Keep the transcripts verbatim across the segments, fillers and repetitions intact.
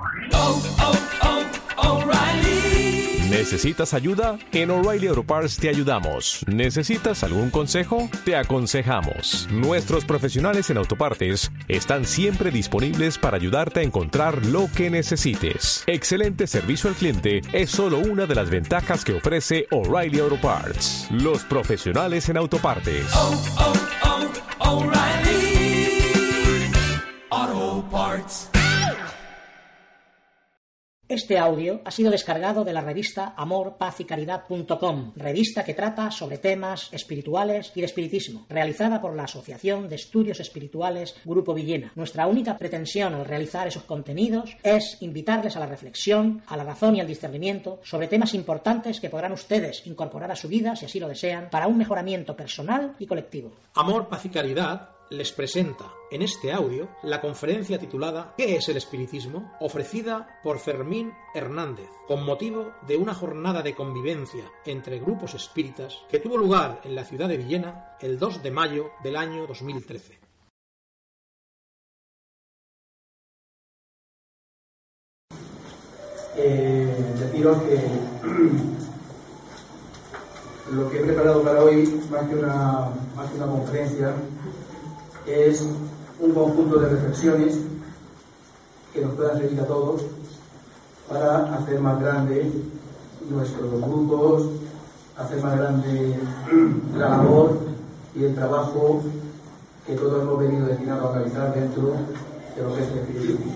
Oh, oh, oh, O'Reilly. ¿Necesitas ayuda? En O'Reilly Auto Parts te ayudamos. ¿Necesitas algún consejo? Te aconsejamos. Nuestros profesionales en autopartes están siempre disponibles para ayudarte a encontrar lo que necesites. Excelente servicio al cliente es solo una de las ventajas que ofrece O'Reilly Auto Parts. Los profesionales en autopartes. Oh, oh, oh, O'Reilly Auto Parts. Este audio ha sido descargado de la revista amor paz y caridad punto com, revista que trata sobre temas espirituales y de espiritismo, realizada por la Asociación de Estudios Espirituales Grupo Villena. Nuestra única pretensión al realizar esos contenidos es invitarles a la reflexión, a la razón y al discernimiento sobre temas importantes que podrán ustedes incorporar a su vida, si así lo desean, para un mejoramiento personal y colectivo. Amor, Paz y Caridad les presenta en este audio la conferencia titulada ¿Qué es el espiritismo?, ofrecida por Fermín Hernández, con motivo de una jornada de convivencia entre grupos espíritas que tuvo lugar en la ciudad de Villena el dos de mayo del año dos mil trece. Eh, deciros que lo que he preparado para hoy, más que una, más que una conferencia, es un conjunto de reflexiones que nos puedan servir a todos para hacer más grande nuestros grupos, hacer más grande la labor y el trabajo que todos hemos venido destinados a realizar dentro de lo que es el espiritismo.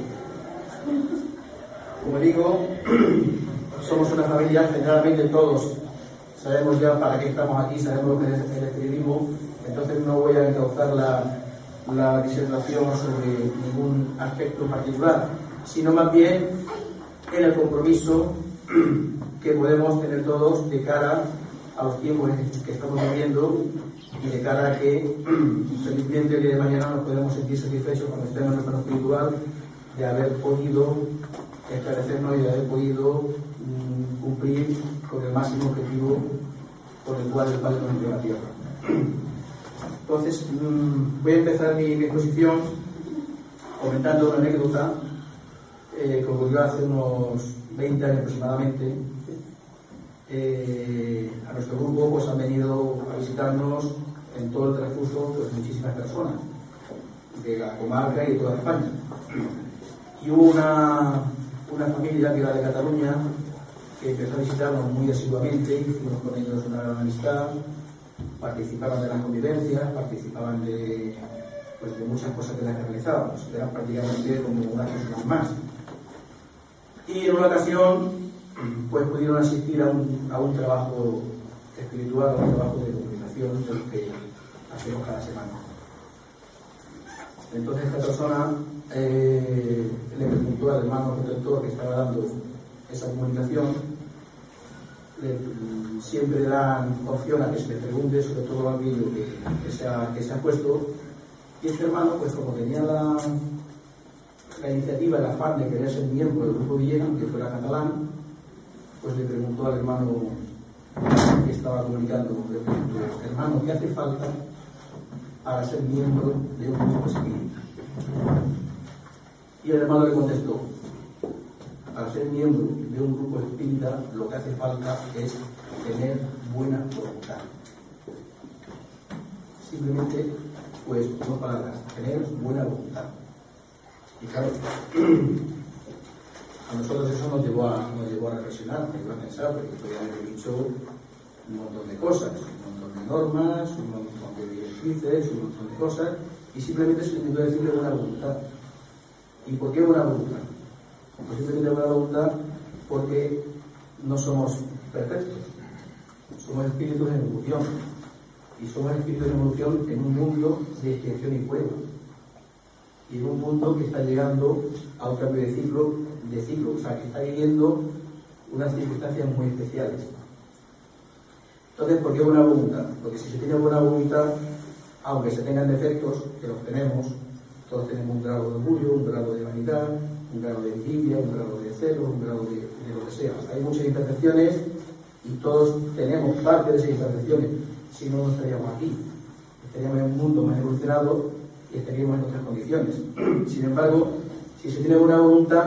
Como digo, somos una familia, generalmente todos sabemos ya para qué estamos aquí, sabemos lo que es el espiritismo, entonces no voy a encauzar la la disertación sobre ningún aspecto particular, sino más bien en el compromiso que podemos tener todos de cara a los tiempos que estamos viviendo y de cara a que felizmente el día de mañana nos podemos sentir satisfechos cuando estemos en el plano espiritual de haber podido esclarecernos y de haber podido mm, cumplir con el máximo objetivo por el cual el Padre nos envió a la tierra. Entonces, mmm, voy a empezar mi, mi exposición comentando una anécdota eh, que ocurrió hace unos veinte años aproximadamente. Eh, a nuestro grupo pues, han venido a visitarnos en todo el transcurso pues, muchísimas personas de la comarca y de toda España. Y hubo una, una familia que era de Cataluña que empezó a visitarnos muy asiduamente, hicimos con ellos una gran amistad. Participaban de las convivencias, participaban de, pues, de muchas cosas que las realizábamos, eran prácticamente como unas personas más. Y en una ocasión, pues pudieron asistir a un, a un trabajo espiritual, a un trabajo de comunicación de lo que hacemos cada semana. Entonces esta persona eh, le preguntó al hermano protector que estaba dando esa comunicación. Le, siempre dan opción a que se le pregunte sobre todo aquello que, que, se ha, que se ha puesto, y este hermano, pues como tenía la, la iniciativa, el afán de querer ser miembro del grupo Villena, que fuera catalán, pues le preguntó al hermano que estaba comunicando, le preguntó: hermano, ¿qué hace falta para ser miembro de un grupo espírita? Y el hermano le contestó: para ser miembro de un grupo espírita, lo que hace falta es tener buena voluntad. Simplemente, pues, dos palabras: tener buena voluntad. Y claro, a nosotros eso nos llevó a, nos llevó a reflexionar, nos llevó a pensar, porque podía haber dicho un montón de cosas, un montón de normas, un montón de directrices, un montón de cosas, y simplemente se limitó a decirle buena voluntad. ¿Y por qué buena voluntad? Pues simplemente buena voluntad porque no somos perfectos, somos espíritus en evolución, y somos espíritus en evolución en un mundo de expiación y prueba, y en un mundo que está llegando a un cambio de ciclo, de ciclo, o sea, que está viviendo unas circunstancias muy especiales. Entonces, ¿por qué buena voluntad? Porque si se tiene buena voluntad, aunque se tengan defectos, que los tenemos, todos tenemos un grado de orgullo, un grado de vanidad, un grado de envidia, un grado de celo, un grado de, de lo que sea. O sea, hay muchas imperfecciones y todos tenemos parte de esas imperfecciones. Si no, no estaríamos aquí. Estaríamos en un mundo más evolucionado y estaríamos en otras condiciones. Sin embargo, si se tiene buena voluntad,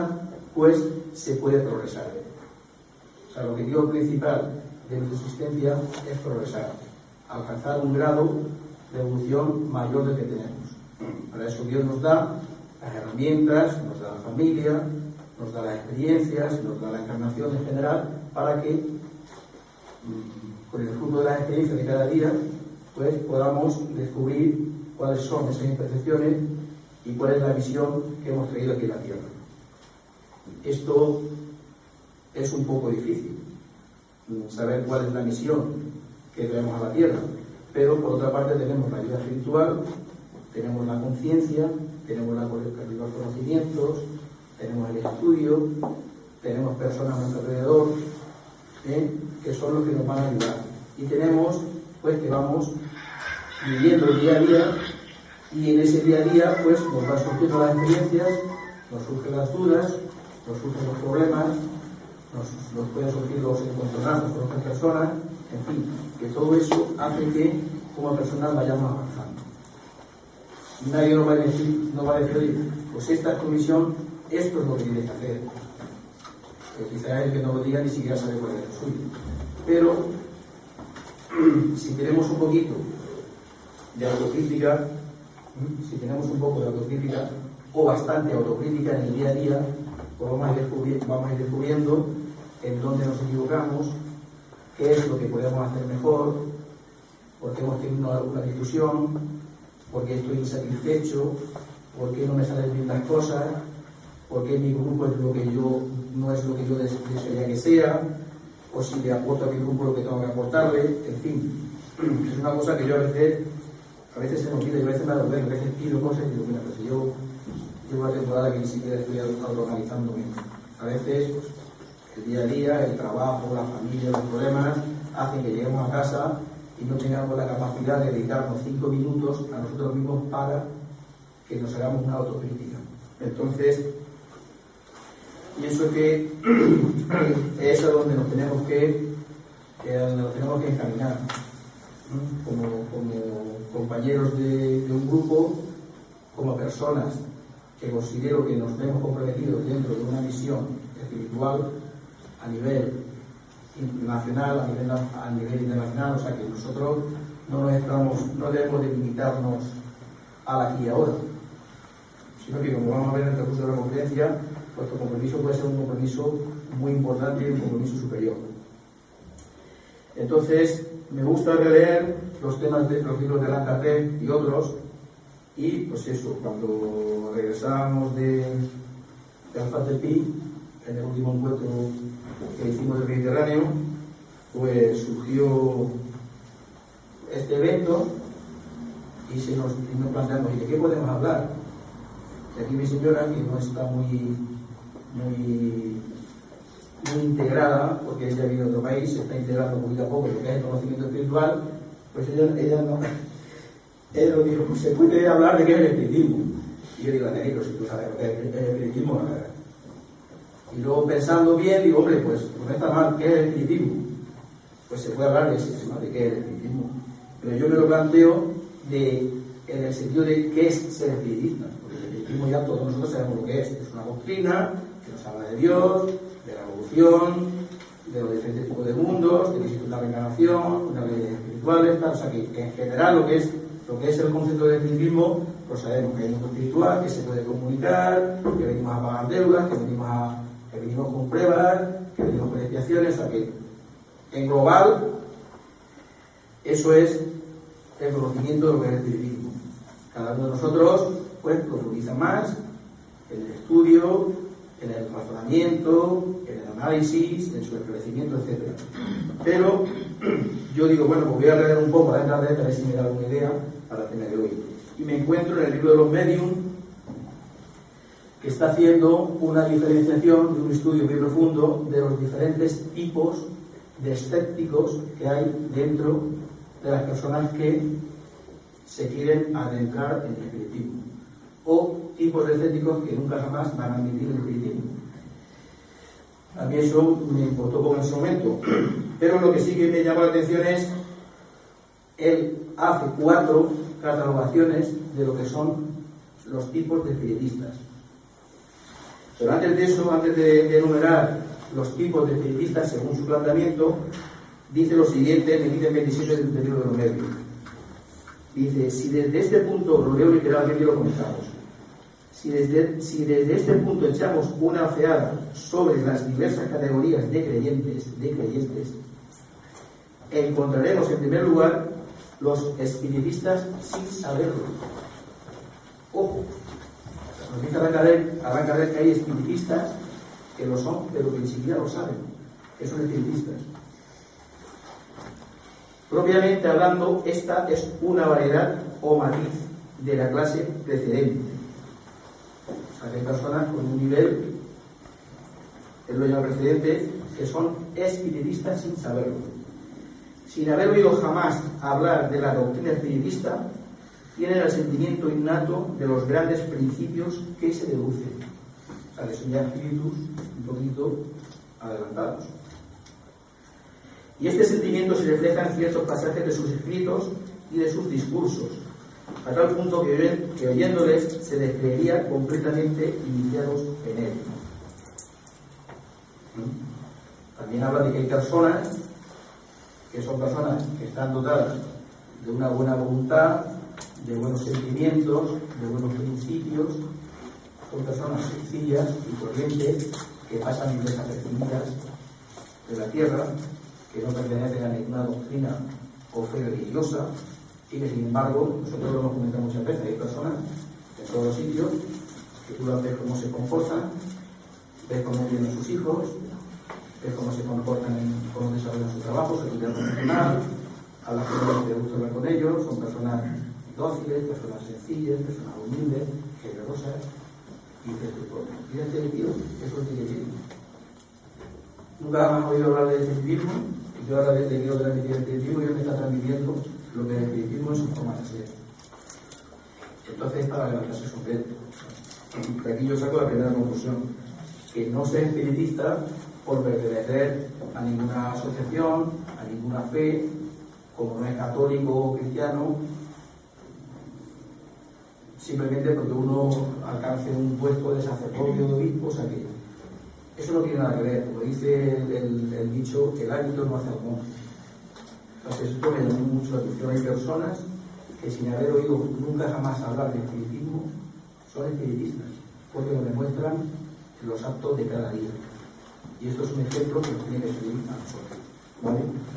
pues se puede progresar. O sea, el objetivo principal de nuestra existencia es progresar, alcanzar un grado de evolución mayor del que tenemos. Para eso Dios nos da las herramientas, nos da la familia, nos da las experiencias, nos da la encarnación en general, para que con el fruto de las experiencias de cada día pues podamos descubrir cuáles son esas imperfecciones y cuál es la visión que hemos traído aquí a la Tierra. Esto es un poco difícil, saber cuál es la misión que traemos a la Tierra, pero por otra parte tenemos la ayuda espiritual, tenemos la conciencia, tenemos la, los conocimientos, tenemos el estudio, tenemos personas a nuestro alrededor, ¿eh? que son los que nos van a ayudar. Y tenemos, pues, que vamos viviendo el día a día, y en ese día a día, pues, nos van surgiendo las experiencias, nos surgen las dudas, nos surgen los problemas, nos, nos pueden surgir los encontronazos con otras personas, en fin, que todo eso hace que, como personas, vayamos avanzando. Nadie nos va a decir, no va a decir, oye, pues esta es tu misión, esto es lo que tienes que hacer. Pues quizás el que no lo diga ni siquiera sabe cuál es lo suyo. Pero si tenemos un poquito de autocrítica, si tenemos un poco de autocrítica o bastante autocrítica en el día a día, pues vamos a ir descubriendo, vamos a ir descubriendo en dónde nos equivocamos, qué es lo que podemos hacer mejor, por qué hemos tenido alguna discusión, por qué estoy insatisfecho, por qué no me salen bien las cosas, por qué mi grupo es lo que yo, no es lo que yo desearía que sea, o si le aporto a mi grupo lo que tengo que aportarle, en fin. Es una cosa que yo a veces, a veces se me olvida, y a veces me olvido, a veces pido cosas y digo, mira, pues yo llevo una temporada que ni siquiera estoy organizándome. A veces, pues, el día a día, el trabajo, la familia, los problemas, hacen que lleguemos a casa y no tengamos la capacidad de dedicarnos cinco minutos a nosotros mismos para que nos hagamos una autocrítica. Entonces, pienso que es a donde nos tenemos que, eh, donde nos tenemos que encaminar, ¿no? como, como compañeros de, de un grupo, como personas que considero que nos vemos comprometidos dentro de una misión espiritual a nivel nacional, a nivel, a nivel internacional, o sea que nosotros no nos estamos, no debemos de limitarnos al aquí y ahora, sino que, como vamos a ver en el recurso de la conferencia, nuestro compromiso puede ser un compromiso muy importante y un compromiso superior. Entonces, me gusta releer los temas de los libros de Allan Kardec y otros, y pues eso, cuando regresábamos de, de Alfaz del Pi, en el último encuentro que hicimos del Mediterráneo, pues surgió este evento y se nos, y nos planteamos, ¿y de qué podemos hablar? Y aquí mi señora, que no está muy, muy, muy integrada, porque ella vive en otro país, se está integrando poquito a poco en lo que es el conocimiento espiritual, pues ella, ella no, ella nos dijo, pues se puede hablar de qué es el espiritismo. Y yo digo, Angelito, si tú sabes lo que es el espiritismo, y luego pensando bien, digo, hombre, pues no está mal, ¿qué es el espiritismo? Pues se puede hablar de ese tema, de qué es el espiritismo. Pero yo me lo planteo de, en el sentido de qué es ser espiritista. Porque el espiritismo ya todos nosotros sabemos lo que es. Es una doctrina que nos habla de Dios, de la evolución, de los diferentes tipos de mundos, de que existe una reencarnación, unas leyes espirituales, tal. O sea que, que en general lo que es lo que es el concepto del espiritismo, pues sabemos que hay un mundo espiritual, que se puede comunicar, que venimos a pagar deudas, que venimos a que venimos con pruebas, que venimos con expiaciones, o sea que en global eso es el conocimiento de lo que es el espiritismo. Cada uno de nosotros pues profundiza más en el estudio, en el razonamiento, en el análisis, en su esclarecimiento, etcétera. Pero yo digo, bueno, pues voy a leer un poco a la red a ver si me da alguna idea para el tema de hoy. Y me encuentro en el libro de los Medium, que está haciendo una diferenciación de un estudio muy profundo de los diferentes tipos de escépticos que hay dentro de las personas que se quieren adentrar en el espiritismo, o tipos de escépticos que nunca jamás van a admitir el espiritismo. A mí eso me importó poco en ese momento, pero lo que sí que me llama la atención es él hace cuatro catalogaciones de lo que son los tipos de espiritistas. Pero antes de eso, antes de, de enumerar los tipos de espiritistas según su planteamiento, dice lo siguiente en el ítem veintisiete del libro de los medios. Dice, si desde este punto, lo leo literalmente y lo comentamos, si desde, si desde este punto echamos una ojeada sobre las diversas categorías de creyentes, de creyentes, encontraremos en primer lugar los espiritistas sin saberlo. Ojo, nos dice Allan que hay espiritistas que lo son, pero que ni siquiera lo saben, que son espiritistas. Propiamente hablando, esta es una variedad o matiz de la clase precedente. O sea, que hay personas con un nivel, es lo llama precedente, que son espiritistas sin saberlo. Sin haber oído jamás hablar de la doctrina espiritista, tienen el sentimiento innato de los grandes principios que se deducen. O sea, que son ya espíritus un poquito adelantados. Y este sentimiento se refleja en ciertos pasajes de sus escritos y de sus discursos, a tal punto que, que oyéndoles se les creería completamente iniciados en él. También habla de que hay personas que son personas que están dotadas de una buena voluntad, de buenos sentimientos, de buenos principios, son personas sencillas y corrientes que pasan desapercibidas de la tierra, que no pertenecen a ninguna doctrina o fe religiosa y que sin embargo, nosotros lo hemos comentado muchas veces, hay personas en todos los sitios que tú las ves cómo se comportan, ves cómo viven sus hijos, ves cómo se comportan, en, cómo desarrollan su trabajo, su vida profesional, hablas con ellos, te gusta hablar con ellos, son personas dóciles, personas sencillas, personas humildes, generosas, y dices, ¿y este tío? Eso es que tiene. Nunca has oído hablar del espiritismo, y yo ahora le quiero transmitir el espiritismo y él me está transmitiendo lo que el espiritismo es su forma de ser. Entonces, para levantarse su sombrero. De aquí yo saco la primera conclusión, que no ser espiritista por pertenecer a ninguna asociación, a ninguna fe, como no es católico o cristiano, simplemente porque uno alcance un puesto de sacerdote o de obispo, o sea que eso no tiene nada que ver, como dice el, el, el dicho, el hábito no hace al monje. Entonces esto me llamó mucho la atención. Hay personas que sin haber oído nunca jamás hablar de espiritismo, son espiritistas, porque lo demuestran en los actos de cada día. Y esto es un ejemplo que nos tiene que servir a nosotros, ¿vale?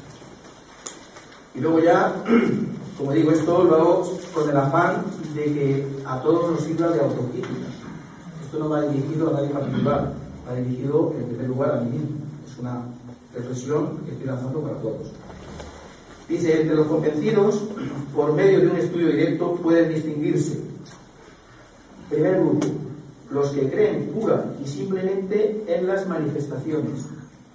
Y luego ya, como digo, esto lo hago con el afán de que a todos nos sirva de autocrítica. Esto no va dirigido a nadie particular, va dirigido en primer lugar a mí mismo. Es una reflexión que estoy lanzando para todos. Dice, entre los convencidos, por medio de un estudio directo, pueden distinguirse. Primer grupo, los que creen pura y simplemente en las manifestaciones.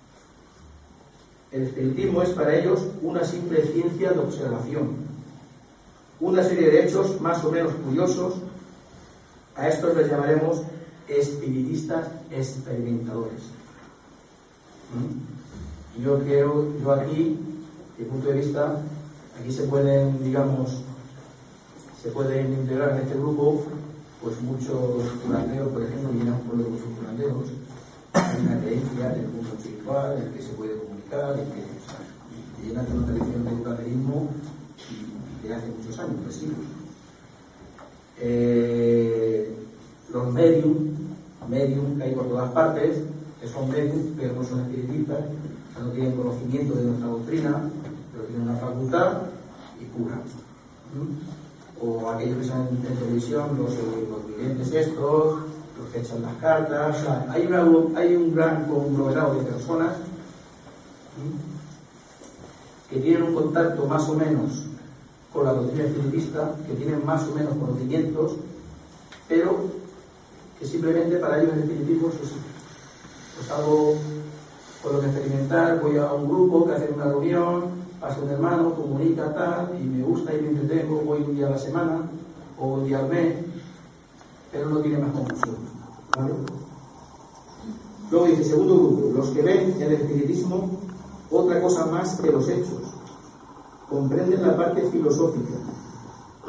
El espiritismo es para ellos una simple ciencia de observación, una serie de hechos más o menos curiosos. A estos les llamaremos espiritistas experimentadores. ¿Mm? Yo quiero, yo aquí, desde mi punto de vista, aquí se pueden, digamos, se pueden integrar en este grupo, pues muchos curanderos, por ejemplo, vienen a un pueblo con sus curanderos, hay una creencia del mundo espiritual, en el que se puede comunicar, en que, o sea, llenan de una tradición de curanderismo de hace muchos años, de siglos. Eh, los medium, medium que hay por todas partes, que son medium, pero no son espiritistas, o sea, no tienen conocimiento de nuestra doctrina, pero tienen una facultad y curan. ¿Mm? O aquellos que salen en televisión, los, los videntes estos, los que echan las cartas, o sea, hay, una, hay un gran conglomerado de personas ¿sí? que tienen un contacto más o menos con la doctrina espiritista, que tienen más o menos conocimientos, pero que simplemente para ellos el espiritismo es pues algo con lo que experimentar. Voy a un grupo que hace una reunión, pasa un hermano, comunica tal, y me gusta y me entretengo, voy un día a la semana o un día al mes, pero no tiene más conclusión, ¿vale? Luego dice, segundo grupo, los que ven en el espiritismo otra cosa más que los hechos, comprenden la parte filosófica,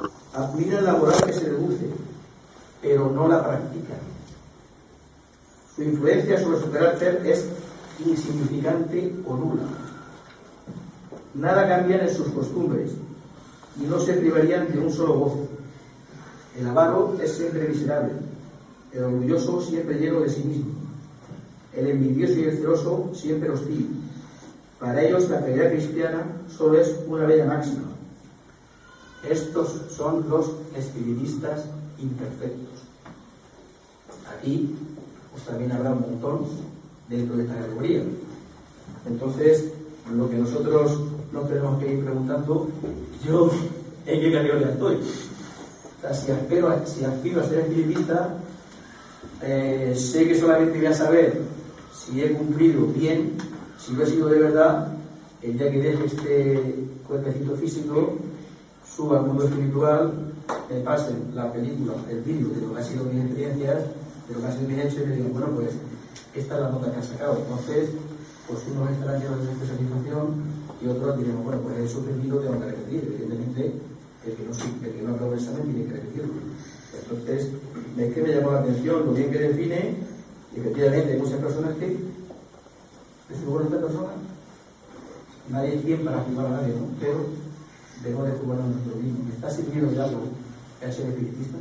admiran la moral que se deduce, pero no la practican. Su influencia sobre su carácter es insignificante o nula. Nada cambian en sus costumbres y no se privarían de un solo gozo. El avaro es siempre miserable, el orgulloso siempre lleno de sí mismo, el envidioso y el celoso siempre hostil. Para ellos la caridad cristiana solo es una bella máxima. Estos son los espiritistas imperfectos. Aquí pues también habrá un montón dentro de esta categoría. Entonces, lo que nosotros nos tenemos que ir preguntando, yo en qué categoría estoy. O sea, si aspiro, si aspiro a ser espiritista, eh, sé que solamente voy a saber si he cumplido bien, si lo he sido de verdad, el día que deje este cuerpecito físico, suba al mundo espiritual, me pasen la película, el vídeo de lo que ha sido mis experiencias, de lo que ha sido mi hecho, y me digan, bueno, pues esta es la nota que has sacado. Entonces, pues unos estarán llenos de satisfacción y otros diremos, bueno, pues he suspendido, tengo que repetir. Evidentemente, el que no, el que no acabó el examen tiene que repetirlo. Entonces, es que me llamó la atención lo bien que define, y efectivamente hay muchas personas que, ¿es bueno esta persona? Nadie es quien para juzgar a nadie, ¿no? Pero debemos de jugar a nuestro mismo. ¿Me está sirviendo de algo el ser espiritista?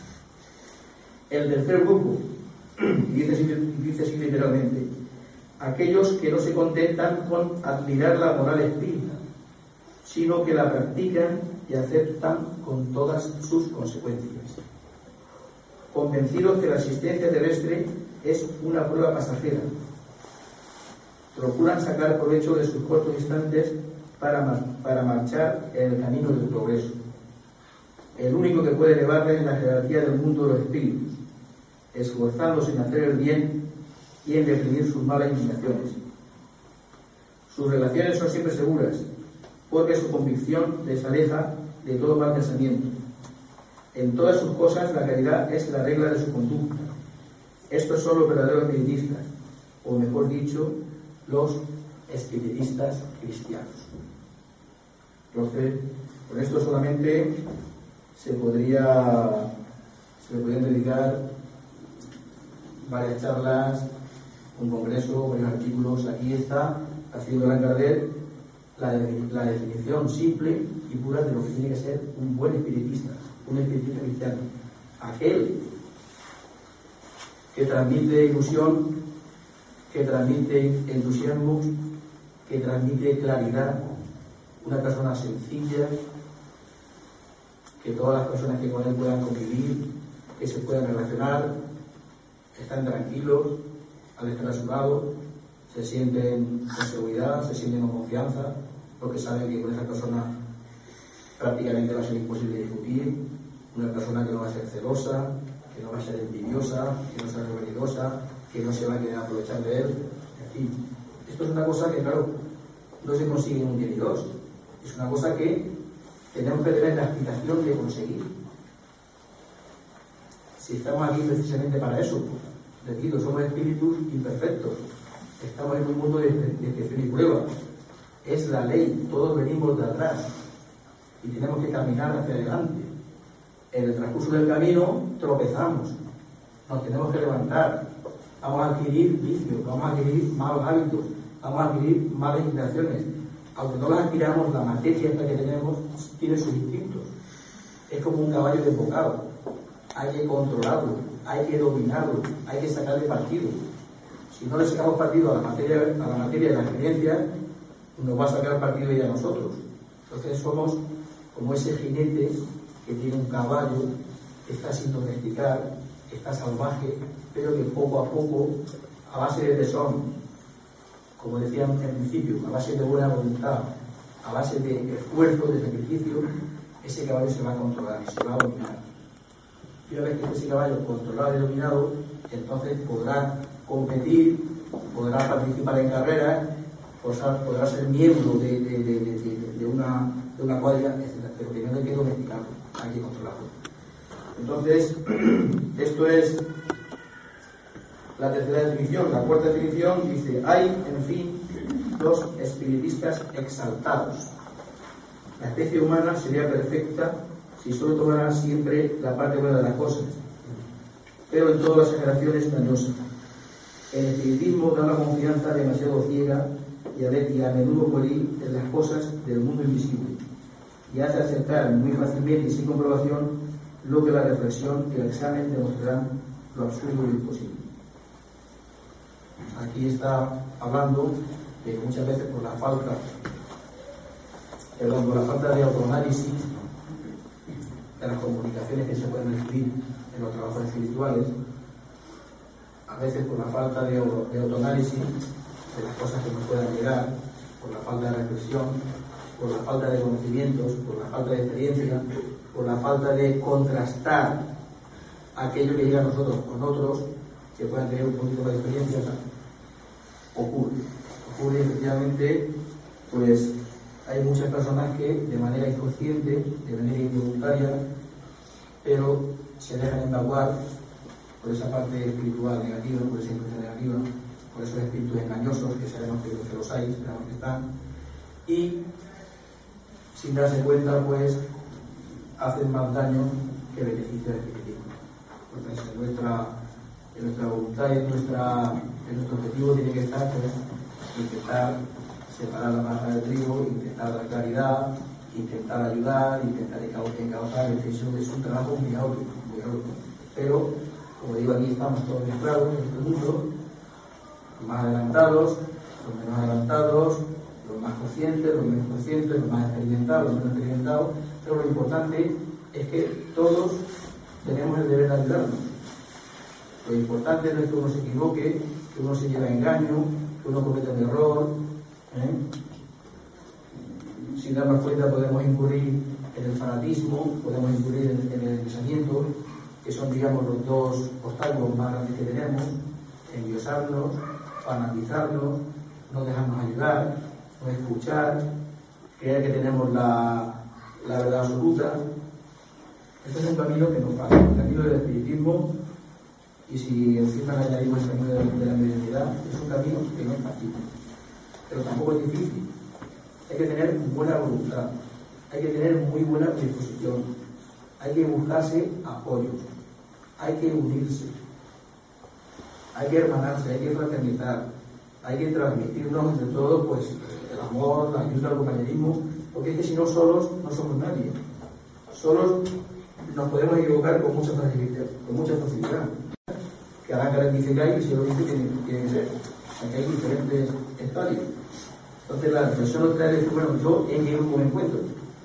El tercer grupo, dice, dice así literalmente, aquellos que no se contentan con admirar la moral espírita, sino que la practican y aceptan con todas sus consecuencias. Convencidos que la existencia terrestre es una prueba pasajera, procuran sacar provecho de sus cortos instantes para, para marchar en el camino del progreso. El único que puede elevarle en la jerarquía del mundo de los espíritus, esforzándose en hacer el bien y en reprimir sus malas inclinaciones. Sus relaciones son siempre seguras, porque su convicción les aleja de todo mal pensamiento. En todas sus cosas la caridad es la regla de su conducta. Estos son los verdaderos espiritistas, o mejor dicho, los espiritistas cristianos. Entonces, con esto solamente se podría se le podrían dedicar varias charlas, un congreso, varios artículos. Aquí está, haciendo Gran Gardel, la, la definición simple y pura de lo que tiene que ser un buen espiritista, un espiritista cristiano. Aquel que transmite ilusión, que transmite entusiasmo, que transmite claridad, una persona sencilla, que todas las personas que con él puedan convivir, que se puedan relacionar, están tranquilos al estar a su lado, se sienten con seguridad, se sienten con confianza, porque saben que con esa persona prácticamente va a ser imposible discutir, una persona que no va a ser celosa, que no va a ser envidiosa, que no será vanidosa, que no se va a querer aprovechar de él, en fin. Esto es una cosa que, claro, no se consigue en un día ni dos, es una cosa que tenemos que tener la aspiración de conseguir. Si estamos aquí precisamente para eso, repito, somos espíritus imperfectos, estamos en un mundo de, de excepción y prueba, es la ley, todos venimos de atrás y tenemos que caminar hacia adelante. En el transcurso del camino tropezamos, nos tenemos que levantar, vamos a adquirir vicios, vamos a adquirir malos hábitos, vamos a adquirir malas inclinaciones. Aunque no las adquiramos, la materia esta que tenemos tiene sus instintos. Es como un caballo desbocado. Hay que controlarlo, hay que dominarlo, hay que sacarle partido. Si no le sacamos partido a la materia, a la materia de la experiencia, nos va a sacar partido ella a nosotros. Entonces somos como ese jinete que tiene un caballo, que está sin domesticar, que está salvaje, pero que poco a poco, a base de tesón, como decía en principio, a base de buena voluntad, a base de esfuerzo, de sacrificio, ese caballo se va a controlar, se va a dominar. Y una vez que ese caballo controlado y dominado, entonces podrá competir, podrá participar en carreras, podrá ser miembro de, de, de, de, de, una, de una cuadrilla, etcétera. Pero primero hay que domesticarlo, hay que controlarlo. Entonces, esto es la tercera definición. La cuarta definición dice: hay, en fin, dos espiritistas exaltados. La especie humana sería perfecta si solo tomara siempre la parte buena de las cosas, pero en todas las generaciones dañosa. El espiritismo da una confianza demasiado ciega y a, y a menudo pueril en las cosas del mundo invisible, y hace aceptar muy fácilmente y sin comprobación lo que la reflexión y el examen demostrarán lo absurdo y imposible. Aquí está hablando de que muchas veces por la falta, perdón, por la falta de autoanálisis de las comunicaciones que se pueden recibir en los trabajos espirituales, a veces por la falta de, de autoanálisis de las cosas que nos puedan llegar, por la falta de reflexión, por la falta de conocimientos, por la falta de experiencia, por la falta de contrastar aquello que llega a nosotros con otros que puedan tener un poquito más de experiencia, ocurre. Ocurre efectivamente, pues hay muchas personas que de manera inconsciente, de manera involuntaria, pero se dejan embaguar por esa parte espiritual negativa, por esa influencia negativa, por esos espíritus engañosos que sabemos que, que los hay, sabemos que están, y sin darse cuenta, pues hacen más daño que beneficio al espiritismo. Entonces, en nuestra, en nuestra voluntad y en, nuestra, en nuestro objetivo tiene que estar, pues, intentar separar la paja del trigo, intentar dar claridad, intentar ayudar, intentar encauzar el que es un trabajo muy arduo, muy arduo. Pero, como digo, aquí estamos todos mezclados en este mundo, los más adelantados, los menos adelantados, los más conscientes, los menos conscientes, los más experimentados, los menos experimentados, pero lo importante es que todos tenemos el deber de ayudarnos. Lo importante no es que uno se equivoque, que uno se lleve a engaño, que uno cometa un error, ¿eh? Sin darnos cuenta podemos incurrir en el fanatismo, podemos incurrir en, en el pensamiento, que son, digamos, los dos obstáculos más grandes que tenemos: endiosarnos, fanatizarnos, no dejarnos ayudar, no escuchar, creer que tenemos la, la verdad absoluta. Este es un camino que nos pasa, el camino del espiritismo, y si encima le añadimos el camino de, de la mediunidad, es un camino que no es fácil, pero tampoco es difícil. Hay que tener buena voluntad, hay que tener muy buena disposición, hay que buscarse apoyo, hay que unirse, hay que hermanarse, hay que fraternizar, hay que transmitirnos entre todos, pues, el amor, la ayuda, el compañerismo, porque es que si no, solos no somos nadie. Solos nos podemos equivocar con mucha facilidad, con mucha facilidad. Que Aranca dice que hay, y si lo dice, tiene, tiene que ser. Aquí hay diferentes estadios. Entonces la reflexión nos trae de decir, bueno, yo en qué grupo me encuentro.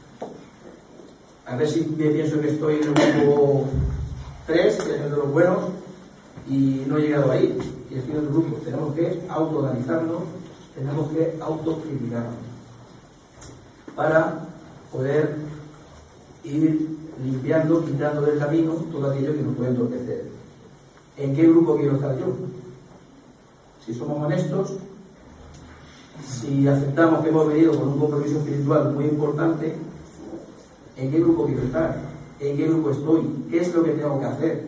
A ver si me pienso que estoy en el grupo tres, que es el de los buenos, y no he llegado ahí, y estoy en el grupo. Tenemos que autoanalizarnos, tenemos que autocriticarnos para poder ir limpiando, quitando del camino todo aquello que nos puede entorpecer. ¿En qué grupo quiero estar yo? Si somos honestos, si aceptamos que hemos venido con un compromiso espiritual muy importante, ¿en qué grupo quiero estar? ¿En qué grupo estoy? ¿Qué es lo que tengo que hacer?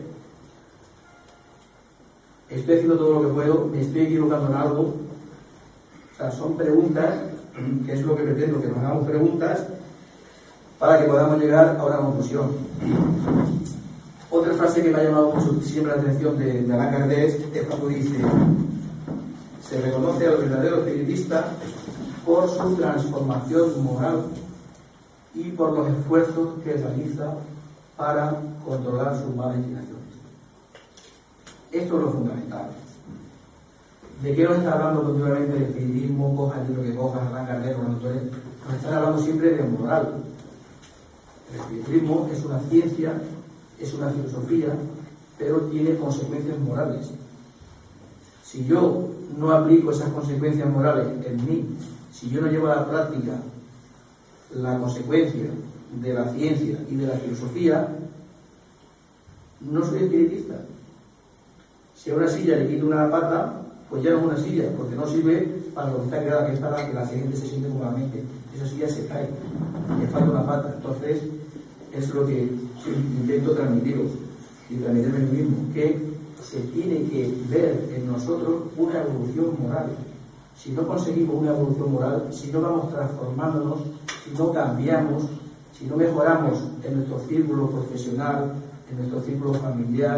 ¿Estoy haciendo todo lo que puedo? ¿Me estoy equivocando en algo? O sea, son preguntas, que es lo que pretendo, que nos hagamos preguntas para que podamos llegar a una conclusión. Otra frase que me ha llamado mucho siempre la atención de, de Allan Kardec es cuando dice: se reconoce al verdadero espiritista por su transformación moral y por los esfuerzos que realiza para controlar sus malas inclinaciones. Esto es lo fundamental. ¿De qué nos está hablando continuamente el espiritismo? Coja el libro que cojas, Allan Kardec, nos están hablando siempre de moral. El espiritismo es una ciencia, es una filosofía, pero tiene consecuencias morales. Si yo no aplico esas consecuencias morales en mí, si yo no llevo a la práctica la consecuencia de la ciencia y de la filosofía, no soy espiritista. Si a una silla le quito una pata, pues ya no es una silla, porque no sirve para lo que está creada, que es para que la gente se siente cómodamente. Esa silla se cae, le falta una pata. Entonces, es lo que intento transmitiros y transmitirme a mí mismo, que se tiene que ver en nosotros una evolución moral. Si no conseguimos una evolución moral, si no vamos transformándonos, si no cambiamos, si no mejoramos en nuestro círculo profesional, en nuestro círculo familiar,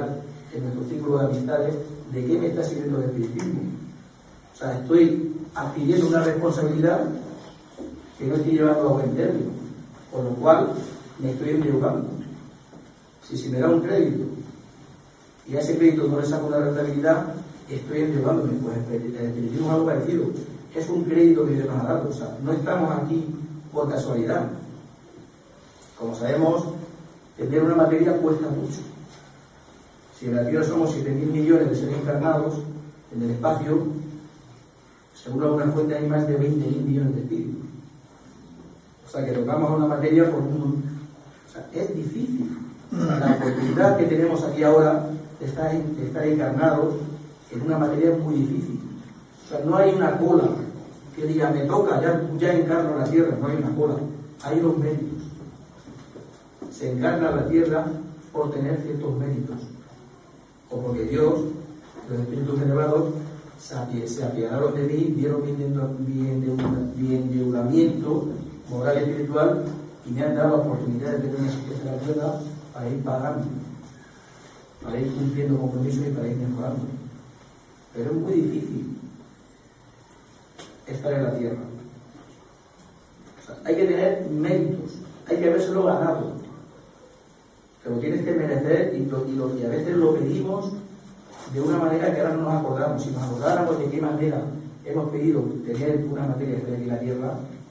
en nuestro círculo de amistades, ¿de qué me está sirviendo el espiritismo? O sea, estoy adquiriendo una responsabilidad que no estoy llevando a buen término, por lo cual me estoy endeudando. Si se me da un crédito y a ese crédito no le saco una rentabilidad, estoy endeudándome. Pues el espiritismo es algo parecido. Es un crédito que Dios nos ha dado. O sea, no estamos aquí por casualidad. Como sabemos, tener una materia cuesta mucho. Si en la Tierra somos siete mil millones de seres encarnados, en el espacio, según alguna fuente, hay más de veinte mil millones de espíritus. O sea, que tocamos a una materia por un... O sea, es difícil. La oportunidad que tenemos aquí ahora de estar, de estar encarnados en una materia es muy difícil. O sea, no hay una cola que diga, me toca, ya, ya encarno la Tierra. No hay una cola. Hay unos méritos. Se encarna la Tierra por tener ciertos méritos. O porque Dios, los espíritus elevados, se apiadaron de mí, dieron mi endeudamiento moral y espiritual y me han dado la oportunidad de tener una existencia en la Tierra para ir pagando, para ir cumpliendo compromisos y para ir mejorando. Pero es muy difícil estar en la Tierra. O sea, hay que tener méritos, hay que habérselo ganado. Te lo tienes que merecer y, lo, y, lo, y a veces lo pedimos de una manera que ahora no nos acordamos. Si nos acordáramos de qué manera hemos pedido tener una materia aquí en la Tierra,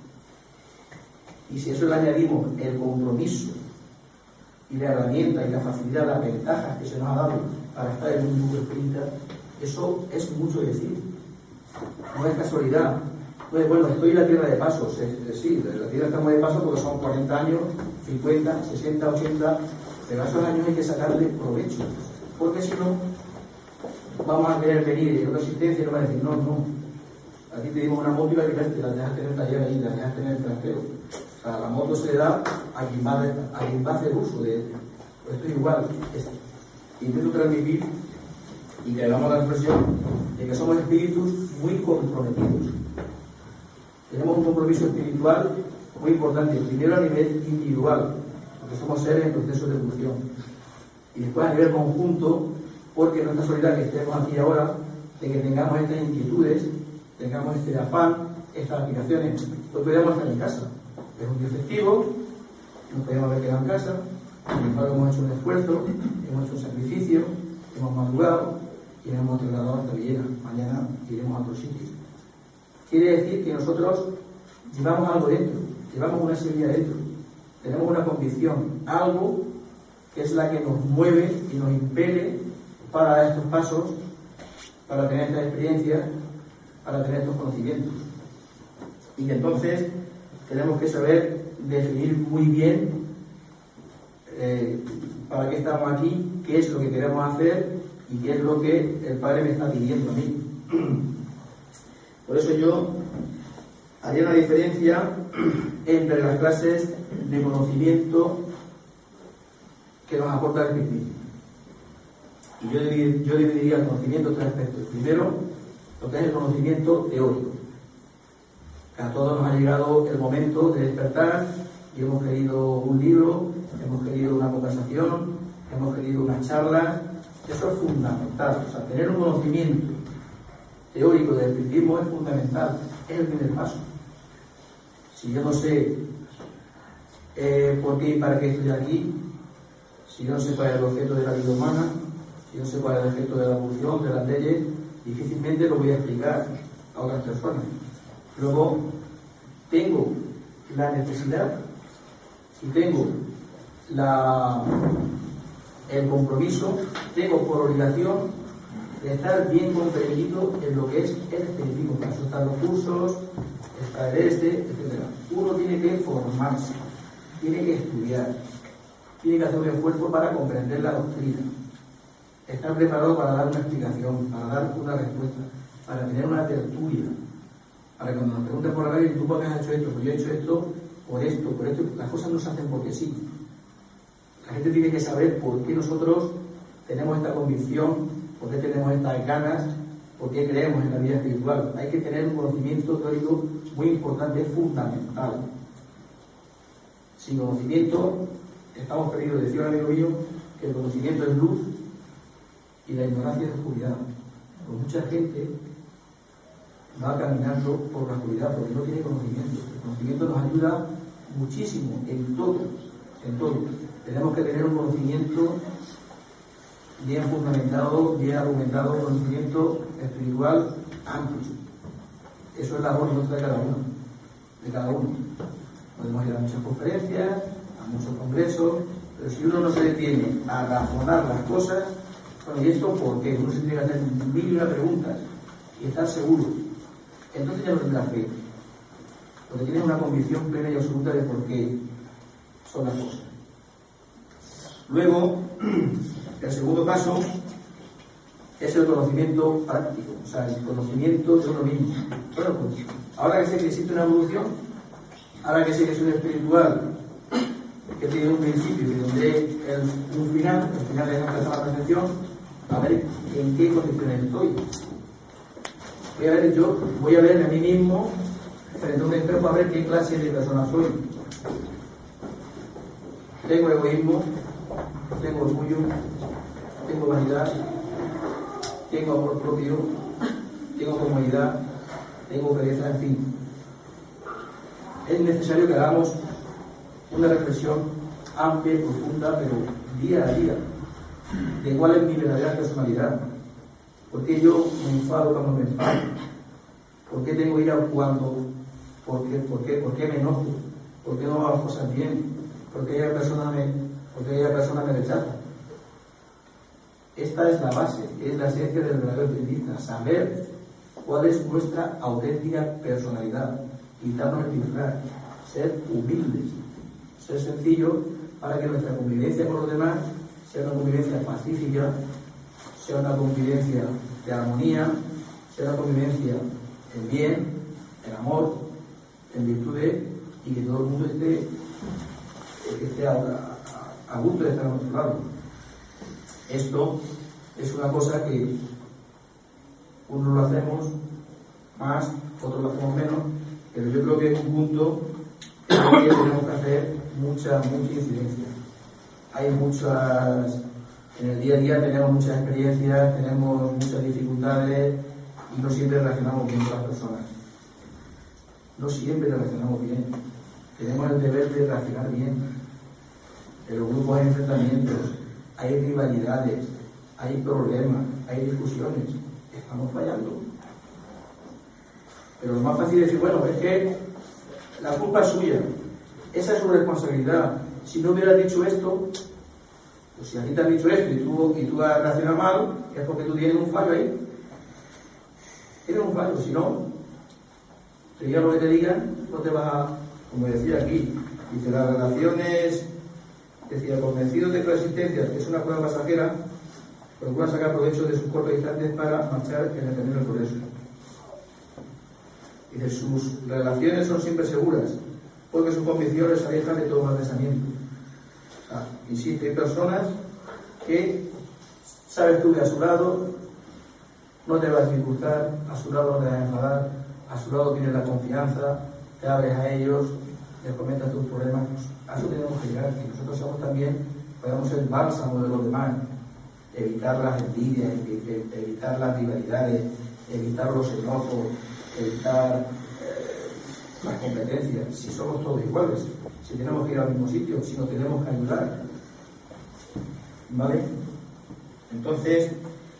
y si eso le añadimos el compromiso y la herramienta y la facilidad, las ventajas que se nos ha dado para estar en un mundo espírita, eso es mucho decir. No es casualidad. Pues, bueno, estoy en la Tierra de paso. Sí, en la Tierra estamos de paso porque son cuarenta años, cincuenta, sesenta, ochenta, pero a esos años hay que sacarle provecho. Porque si no, vamos a querer venir en otra existencia y nos van a decir, no, no, a ti te dimos una moto y la quitaste, la dejas tener taller ahí, la dejas tener el trastero. O sea, la moto se le da a quien va a, a, quien va a hacer uso de ella. Pues esto es igual. Es, intento transmitir y que hagamos la expresión de que somos espíritus muy comprometidos. Tenemos un compromiso espiritual muy importante, primero a nivel individual, porque somos seres en proceso de evolución, y después a nivel conjunto, porque no es casualidad que estemos aquí ahora, de que tengamos estas inquietudes, tengamos este afán, estas aspiraciones. Pues podríamos estar en casa. Es un día festivo, nos podríamos haber quedado en casa, sin embargo hemos hecho un esfuerzo, hemos hecho un sacrificio, hemos madurado y nos hemos trasladado hasta Villena. Mañana iremos a otro sitio. Quiere decir que nosotros llevamos algo dentro, llevamos una semilla dentro, tenemos una convicción, algo que es la que nos mueve y nos impele para dar estos pasos, para tener estas experiencias, para tener estos conocimientos. Y que entonces tenemos que saber definir muy bien eh, para qué estamos aquí, qué es lo que queremos hacer y qué es lo que el Padre me está pidiendo a mí. Por eso yo haría una diferencia entre las clases de conocimiento que nos aporta el espiritismo. Y yo, divid, yo dividiría el conocimiento en tres aspectos. Primero, lo que es el conocimiento teórico. Que a todos nos ha llegado el momento de despertar y hemos querido un libro, hemos querido una conversación, hemos querido una charla. Eso es fundamental. O sea, tener un conocimiento teórico del espiritismo es fundamental. Es el primer paso. Si yo no sé eh, por qué y para qué estoy aquí, si yo no sé cuál es el objeto de la vida humana, si no sé cuál es el objeto de la evolución, de las leyes, difícilmente lo voy a explicar a otras personas. Luego, tengo la necesidad y tengo la, el compromiso, tengo por obligación de estar bien comprendido en lo que es el espiritismo. Para eso están los cursos, está el este, etcétera. Uno tiene que formarse, tiene que estudiar, tiene que hacer un esfuerzo para comprender la doctrina, estar preparado para dar una explicación, para dar una respuesta, para tener una tertulia, para que cuando nos pregunten por la vida, ¿tú por qué has hecho esto? Pues yo he hecho esto, por esto, por esto. Las cosas no se hacen porque sí. La gente tiene que saber por qué nosotros tenemos esta convicción, por qué tenemos estas ganas, por qué creemos en la vida espiritual. Hay que tener un conocimiento teórico muy importante, fundamental. Sin conocimiento estamos perdidos. Decía un amigo mío que el conocimiento es luz y la ignorancia es oscuridad. Pues mucha gente va caminando por la oscuridad porque no tiene conocimiento. El conocimiento nos ayuda muchísimo en todo, en todo. Tenemos que tener un conocimiento bien fundamentado, bien argumentado, un conocimiento espiritual amplio. Eso es la labor nuestra de cada uno, de cada uno. Podemos ir a muchas conferencias, a muchos congresos, pero si uno no se detiene a razonar las cosas, bueno, ¿y esto por qué? Uno se tiene que hacer mil y una preguntas y estar seguro. Entonces ya no tendrá fe, porque tiene una convicción plena y absoluta de por qué son las cosas. Luego, el segundo paso es el conocimiento práctico, o sea, el conocimiento de uno mismo. Bueno, pues, ahora que sé que existe una evolución, ahora que sé que soy espiritual, que tiene un principio y tendré el, un final, el final es empezar la perfección, a ver en qué condiciones estoy. Voy a ver, yo voy a ver a mí mismo frente a un espejo a ver qué clase de persona soy. Tengo egoísmo, tengo orgullo, tengo vanidad, tengo amor propio, tengo comodidad, tengo pereza, en fin. Es necesario que hagamos una reflexión amplia y profunda, pero día a día, de cuál es mi verdadera personalidad. ¿Por qué yo me enfado cuando me enfado? ¿Por qué tengo ira cuando? ¿Por qué, por qué, por qué me enojo? ¿Por qué no hago las cosas bien? ¿Por qué aquella persona me, por qué aquella persona me rechaza? Esta es la base, es la esencia del verdadero espiritista, saber cuál es nuestra auténtica personalidad, quitarnos el disfraz, ser humildes, ser sencillos para que nuestra convivencia con los demás sea una convivencia pacífica, sea una convivencia de armonía, sea una convivencia en bien, en amor, en virtudes, y que todo el mundo esté, esté a, a, a gusto de estar a nuestro lado. Esto es una cosa que unos lo hacemos más, otros lo hacemos menos, pero yo creo que es un punto en el que tenemos que hacer mucha, mucha incidencia. Hay muchas, en el día a día tenemos muchas experiencias, tenemos muchas dificultades y no siempre relacionamos bien con las personas. No siempre relacionamos bien. Tenemos el deber de relacionar bien. En los grupos hay enfrentamientos, hay rivalidades, hay problemas, hay discusiones. Estamos fallando. Pero lo más fácil es decir, bueno, es que la culpa es suya. Esa es su responsabilidad. Si no hubieras dicho esto, pues si a ti te han dicho esto y tú, y tú has reaccionado mal, es porque tú tienes un fallo ahí. Tienes un fallo, si no, te digan lo que te digan, no te vas a, como decía aquí, dice las relaciones, decía, convencidos de que la existencia es una prueba pasajera, procuran sacar provecho de sus cortos instantes para marchar en el camino del progreso. Dice, sus relaciones son siempre seguras, porque sus convicciones se alejan de todo mal pensamiento. O sea, insisto, hay personas que sabes tú que a su lado no te va a dificultar, a su lado no te va a enfadar, a su lado tienes la confianza, te abres a ellos, les comentas tus problemas. A eso tenemos que llegar, que nosotros somos también, podamos ser bálsamo de los demás, evitar las envidias, evitar las rivalidades, evitar los enojos, evitar eh, las competencias. Si somos todos iguales, si tenemos que ir al mismo sitio, si nos tenemos que ayudar, ¿vale? Entonces,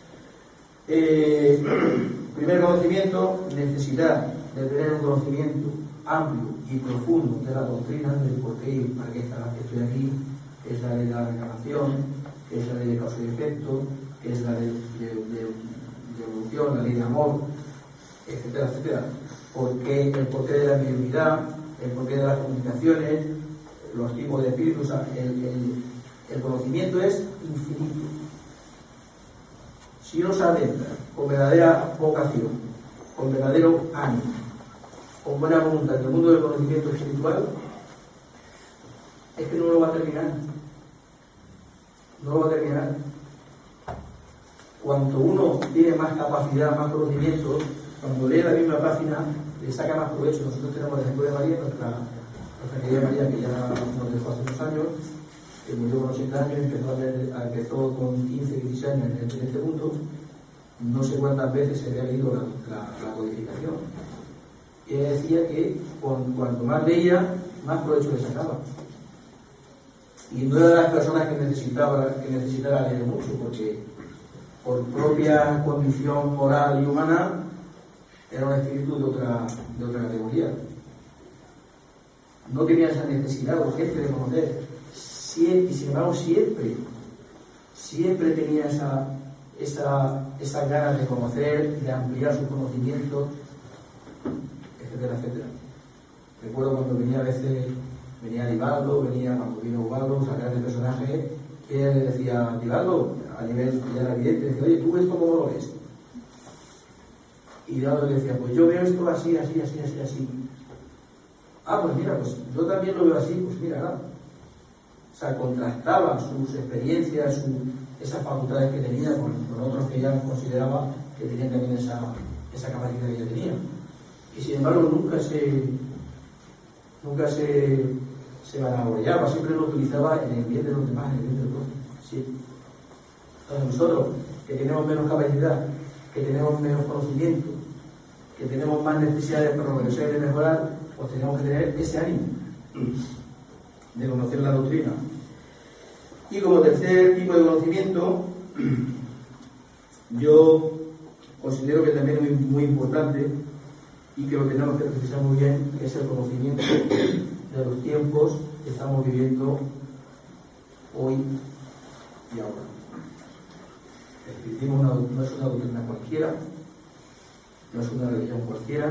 eh, primer conocimiento, necesidad de tener un conocimiento amplio y profundo de la doctrina, del por qué y para qué estoy aquí, que es la ley de la reencarnación, que es la ley de causa y efecto, que es la ley de, de, de, de evolución, la ley de amor, etcétera, etcétera. Porque el porqué de la mediunidad, el porqué de las comunicaciones, los tipos de espíritus, o sea, el, el, el conocimiento es infinito. Si uno se adentra con verdadera vocación, con verdadero ánimo, con buena voluntad en el mundo del conocimiento espiritual, es que no lo va a terminar. No lo va a terminar. Cuanto uno tiene más capacidad, más conocimiento, cuando lee la misma página, le saca más provecho. Nosotros tenemos el ejemplo de María, nuestra, nuestra querida María, que ya nos dejó hace unos años, que murió con ochenta años, empezó, a leer, empezó con quince, dieciséis años en este, en este mundo, no sé cuántas veces se había leído la, la, la codificación. Y ella decía que con, cuanto más leía, más provecho le sacaba. Y no era de las personas que necesitaba, que necesitara leer mucho, porque por propia condición moral y humana era un espíritu de otra, de otra categoría. No tenía esa necesidad urgente de conocer, siempre, y sin embargo siempre, siempre tenía esa, esa, esa ganas de conocer, de ampliar sus conocimientos, etcétera, etcétera. Recuerdo cuando venía a veces, venía Divaldo, venía cuando vino Ubaldo, o sea, de personaje, que ella le decía, Divaldo, a nivel ya era evidente, decía, oye, ¿tú esto cómo lo ves? Y Divaldo le decía, pues yo veo esto así, así, así, así, así. Ah, pues mira, pues yo también lo veo así, pues mira, claro. O sea, contrastaba sus experiencias, su, esas facultades que tenía con, con otros que ya consideraba que tenían también esa, esa capacidad que ella tenía. Y sin embargo nunca se nunca se, se vanagloriaba, siempre lo utilizaba en el bien de los demás, en el bien de los otros. Sí. Entonces nosotros, que tenemos menos capacidad, que tenemos menos conocimiento, que tenemos más necesidades de progresar y de mejorar, pues tenemos que tener ese ánimo de conocer la doctrina. Y como tercer tipo de conocimiento, yo considero que también es muy, muy importante y que lo tenemos que precisar muy bien, es el conocimiento de los tiempos que estamos viviendo hoy y ahora. El espiritismo no es una doctrina cualquiera, no es una religión cualquiera.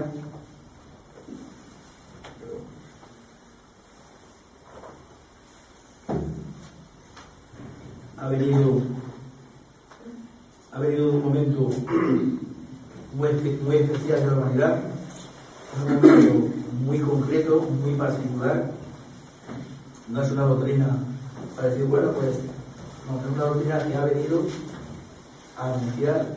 Ha venido, ha venido un momento muy, muy especial de la humanidad, un momento muy concreto, muy particular. No es una doctrina para decir, bueno, pues, no, es una doctrina que ha venido a anunciar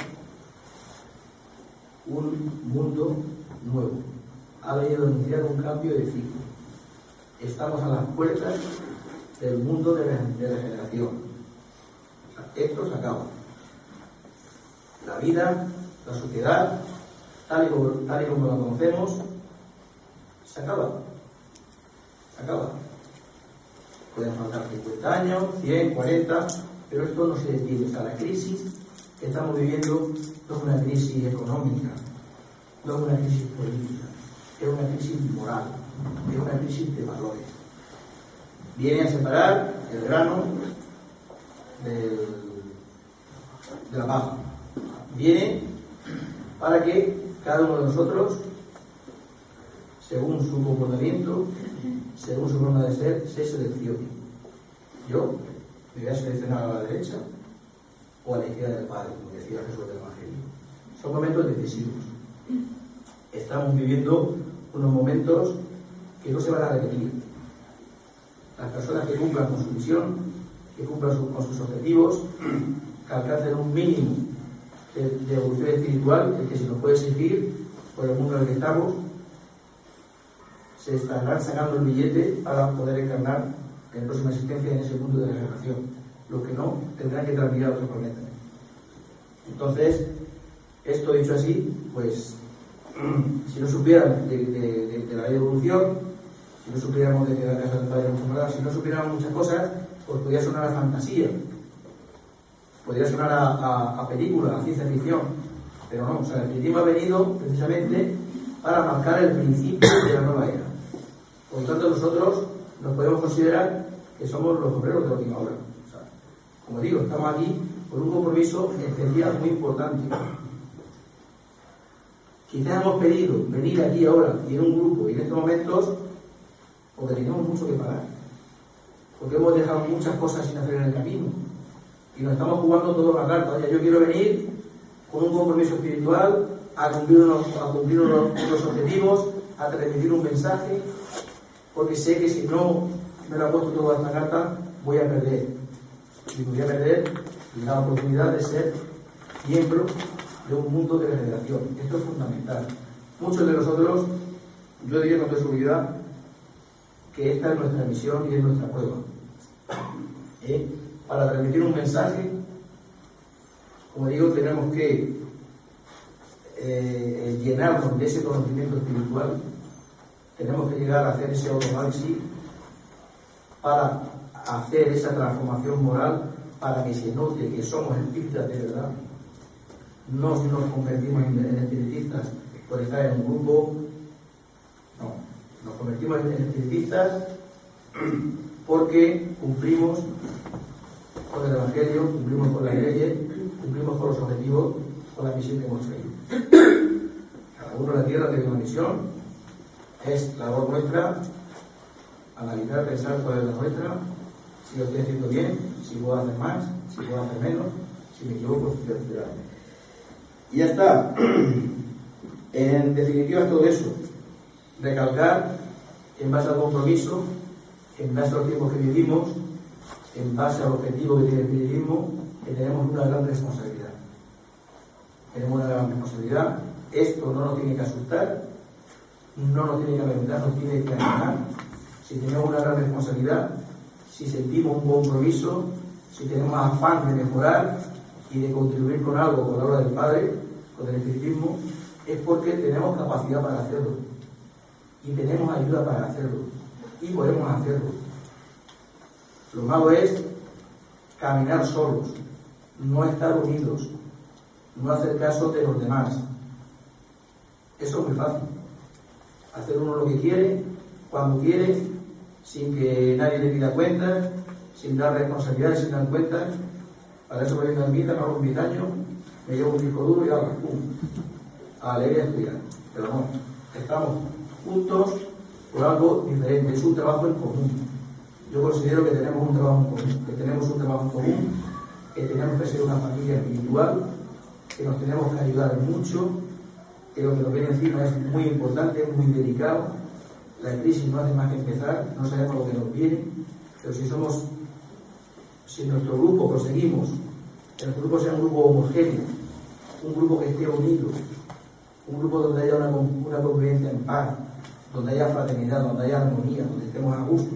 un mundo nuevo. Ha venido a anunciar un cambio de ciclo. Estamos a las puertas del mundo de regeneración. Esto se acaba. La vida, la sociedad, tal y como, tal y como la conocemos, se acaba. Se acaba. Pueden faltar cincuenta años, cien, cuarenta, pero esto no se detiene. O sea, la crisis que estamos viviendo no es una crisis económica, no es una crisis política, es una crisis moral, es una crisis de valores. Viene a separar el grano del, de la paja. Viene para que cada uno de nosotros, según su comportamiento, según su forma de ser, se seleccione. Yo me voy a seleccionar a la derecha o a la izquierda del Padre, como decía Jesús del Evangelio. Son momentos decisivos. Estamos viviendo unos momentos que no se van a repetir. Las personas que cumplan con su misión, que cumplan su, con sus objetivos, que alcancen un mínimo de, de evolución espiritual, el que se nos puede exigir por el mundo en el que estamos, se estarán sacando el billete para poder encarnar en próxima existencia en ese mundo de la regeneración. Los que no, tendrán que transmitir a otro planeta. Entonces, esto dicho así, pues, si no supieran de, de, de, de la ley de evolución, si no supiéramos de que la casa del Padre era, si no supiéramos muchas cosas, pues podría sonar a fantasía, podría sonar a, a, a película, a ciencia ficción, pero no, o sea, el espiritismo ha venido precisamente para marcar el principio de la nueva era. Por lo tanto, nosotros nos podemos considerar que somos los obreros de la última hora. O sea, como digo, estamos aquí por un compromiso especial muy importante. Quizás hemos pedido venir aquí ahora y en un grupo y en estos momentos porque tenemos mucho que pagar, porque hemos dejado muchas cosas sin hacer en el camino y nos estamos jugando toda la carta. Oye, yo quiero venir con un compromiso espiritual a cumplir unos, a cumplir unos, unos objetivos, a transmitir un mensaje, porque sé que si no me lo he puesto toda esta carta voy a perder y voy a perder la oportunidad de ser miembro de un mundo de regeneración. Esto es fundamental. Muchos de nosotros, yo diría con toda seguridad que esta es nuestra misión y es nuestra prueba. ¿eh? Para transmitir un mensaje, como digo, tenemos que eh, llenarnos de ese conocimiento espiritual, tenemos que llegar a hacer ese autoanálisis para hacer esa transformación moral, para que se note que somos espíritas de verdad. No nos convertimos en espiritistas por estar en un grupo, no, nos convertimos en espiritistas porque cumplimos con el Evangelio, cumplimos con las leyes, cumplimos con los objetivos, con la misión que hemos traído. Cada uno en la tierra tiene una misión, es labor nuestra analizar, pensar cuál es la nuestra, si lo estoy haciendo bien, si puedo hacer más, si puedo hacer menos, si me equivoco, etcétera. Y ya está. En definitiva, todo eso. Recalcar, en base al compromiso, en base a los tiempos que vivimos, en base al objetivo que tiene el espiritismo, que tenemos una gran responsabilidad. Tenemos una gran responsabilidad. Esto no nos tiene que asustar, no nos tiene que amedrentar, nos tiene que animar. Si tenemos una gran responsabilidad, si sentimos un compromiso, si tenemos afán de mejorar y de contribuir con algo con la obra del Padre, con el espiritismo, es porque tenemos capacidad para hacerlo y tenemos ayuda para hacerlo y podemos hacerlo. Lo malo es caminar solos, no estar unidos, no hacer caso de los demás. Eso es muy fácil. Hacer uno lo que quiere, cuando quiere, sin que nadie le pida cuentas, sin dar responsabilidades, sin dar cuentas. Para eso voy a una mitad, me hago un vitaño, me llevo un disco duro y hago pum, a la alegría estudiar. Pero no, estamos juntos por algo diferente, es un trabajo en común. Yo considero que tenemos un trabajo en común, que tenemos un trabajo en común, que tenemos que ser una familia espiritual, que nos tenemos que ayudar mucho, que lo que nos viene encima es muy importante, muy delicado. La crisis no hace más que empezar, no sabemos lo que nos viene, pero si somos, si nuestro grupo conseguimos que nuestro grupo sea un grupo homogéneo, un grupo que esté unido, un grupo donde haya una, una convivencia en paz, donde haya fraternidad, donde haya armonía, donde estemos a gusto,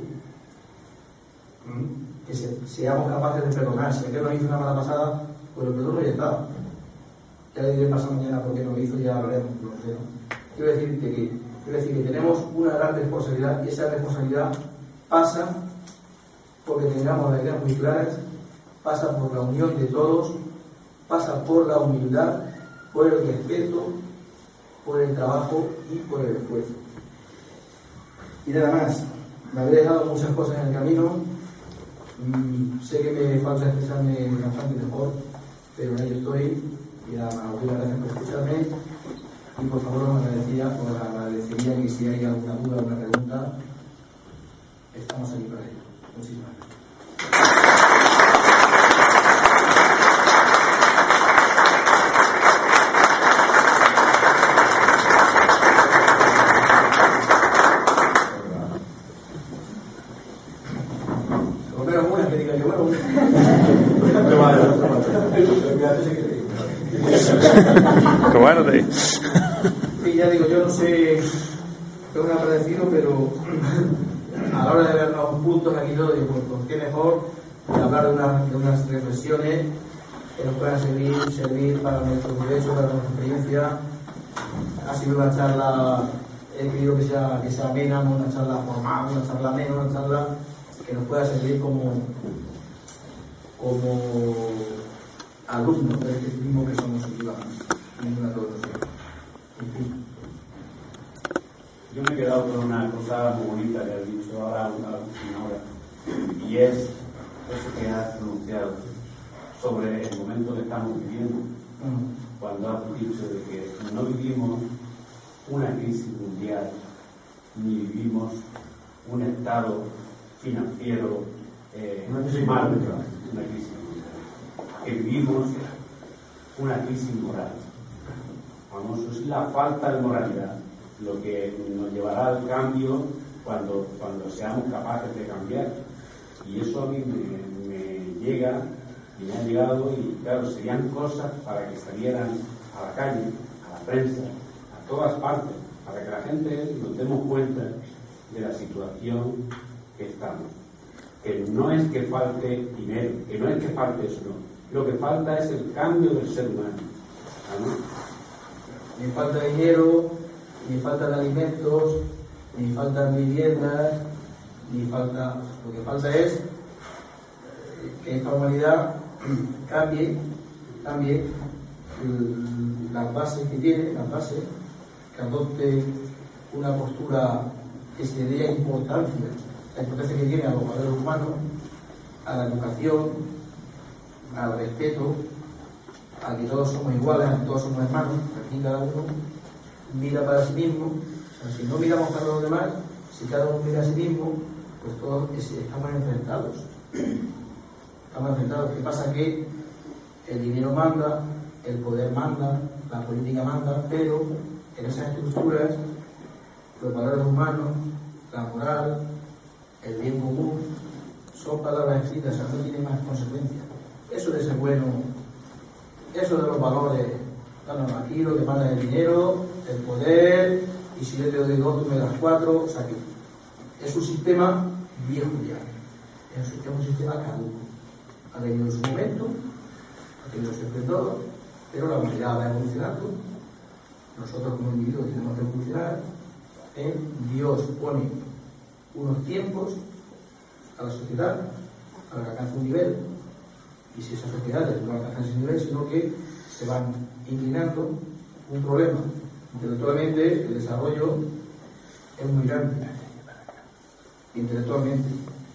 que se, seamos capaces de perdonar. Si aquel nos hizo una mala pasada, pues el perdón ya está. Ya le diré pasado mañana porque nos hizo, ya hablaremos, no sé, ¿no? Quiero decir que, quiero decir que tenemos una gran responsabilidad y esa responsabilidad pasa porque tengamos las ideas muy claras, pasa por la unión de todos, pasa por la humildad, por el respeto, por el trabajo y por el esfuerzo. Y nada más, me había dejado muchas cosas en el camino, mm, sé que me falta expresarme bastante mejor, pero en ello estoy, y nada más, os doy las gracias por escucharme, y por favor os agradecería, os agradecería que si hay alguna duda o alguna pregunta, estamos aquí para ello. Muchísimas gracias. Cobarde. Sí, ya digo, yo no sé, tengo un agradecido, pero a la hora de vernos juntos aquí todos, digo, pues, pues qué mejor de hablar de, una, de unas reflexiones que nos puedan servir, servir para nuestro derecho, para nuestra experiencia. Ha sido una charla, he querido que sea, que sea amena, no una charla formal, una charla amena, una charla que nos pueda servir como, como alumnos del espiritismo que somos y vamos. Yo me he quedado con una cosa muy bonita que has dicho ahora a la última hora, y es eso que has pronunciado sobre el momento que estamos viviendo, mm. cuando has dicho de que no vivimos una crisis mundial, ni vivimos un estado financiero eh, malo, una crisis mundial, que vivimos una crisis moral. Vamos, es la falta de moralidad lo que nos llevará al cambio cuando, cuando seamos capaces de cambiar. Y eso a mí me, me llega y me ha llegado, y claro, serían cosas para que salieran a la calle, a la prensa, a todas partes, para que la gente nos demos cuenta de la situación que estamos. que no es que falte dinero, que no es que falte eso, no. Lo que falta es el cambio del ser humano. Ni falta dinero, ni faltan alimentos, ni faltan viviendas, ni falta... Lo que falta es que esta humanidad cambie, cambie las bases que tiene, las bases, que adopte una postura que se dé importancia, la importancia que tiene a los valores humanos, a la educación, al respeto, a que todos somos iguales, a que todos somos hermanos, aquí cada uno mira para sí mismo. O sea, si no miramos para los demás, si cada uno mira a sí mismo, pues todos estamos enfrentados. Estamos enfrentados. ¿Qué pasa? Que el dinero manda, el poder manda, la política manda, pero en esas estructuras los valores humanos, la moral, el bien común, son palabras escritas, o sea, no tienen más consecuencias. Eso de ser bueno, eso de los valores, bueno, aquí lo que manda es el dinero, el poder, y si yo te doy dos, tú me das cuatro, o sea que es un sistema viejo ya, es un, es un sistema caduco. Ha tenido su momento, ha tenido su esplendor, pero la humanidad va evolucionando, nosotros como individuos tenemos que evolucionar, ¿eh? Dios pone unos tiempos a la sociedad para que alcance un nivel, y si esas sociedades no alcanzan ese nivel, sino que se van inclinando. Un problema intelectualmente, el desarrollo es muy grande intelectualmente,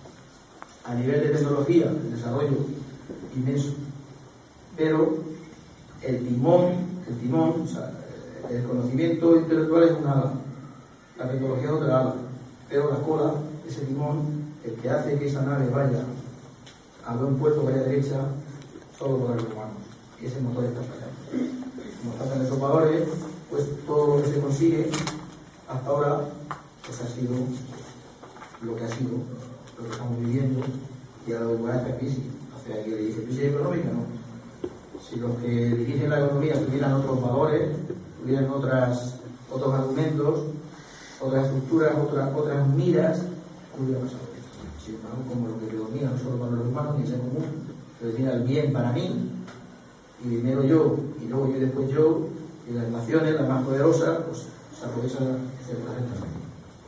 a nivel de tecnología el desarrollo inmenso, pero el timón el timón, o sea, el conocimiento intelectual es una ala, la tecnología es otra ala, pero la cola, ese timón, el que hace que esa nave vaya a buen puerto, vaya derecha, son los valores humanos, y ese motor está fallando. Como faltan esos valores, pues todo lo que se consigue hasta ahora pues ha sido lo que ha sido, lo que estamos viviendo, y a lo de esta crisis. O sea, que dice crisis económica, no. Si los que dirigen la economía tuvieran otros valores, tuvieran otras, otros argumentos, otras estructuras, otras, otras miras, no hubiera pasado esto. Sin embargo, como lo que predomina no solo para los humanos ni el ser común, predomina el bien para mí, y primero yo, y luego yo y después yo, y las naciones, las más poderosas, pues se aprovechan de las rentas aquí.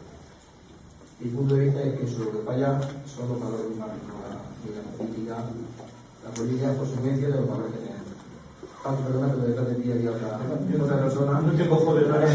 Mi punto de vista es que eso lo que falla son los valores humanos, no la, ni la política. La política es consecuencia de los valores que tenemos. Paco, perdona, pero detrás de ti había otra, otra persona. No te cojo de nada.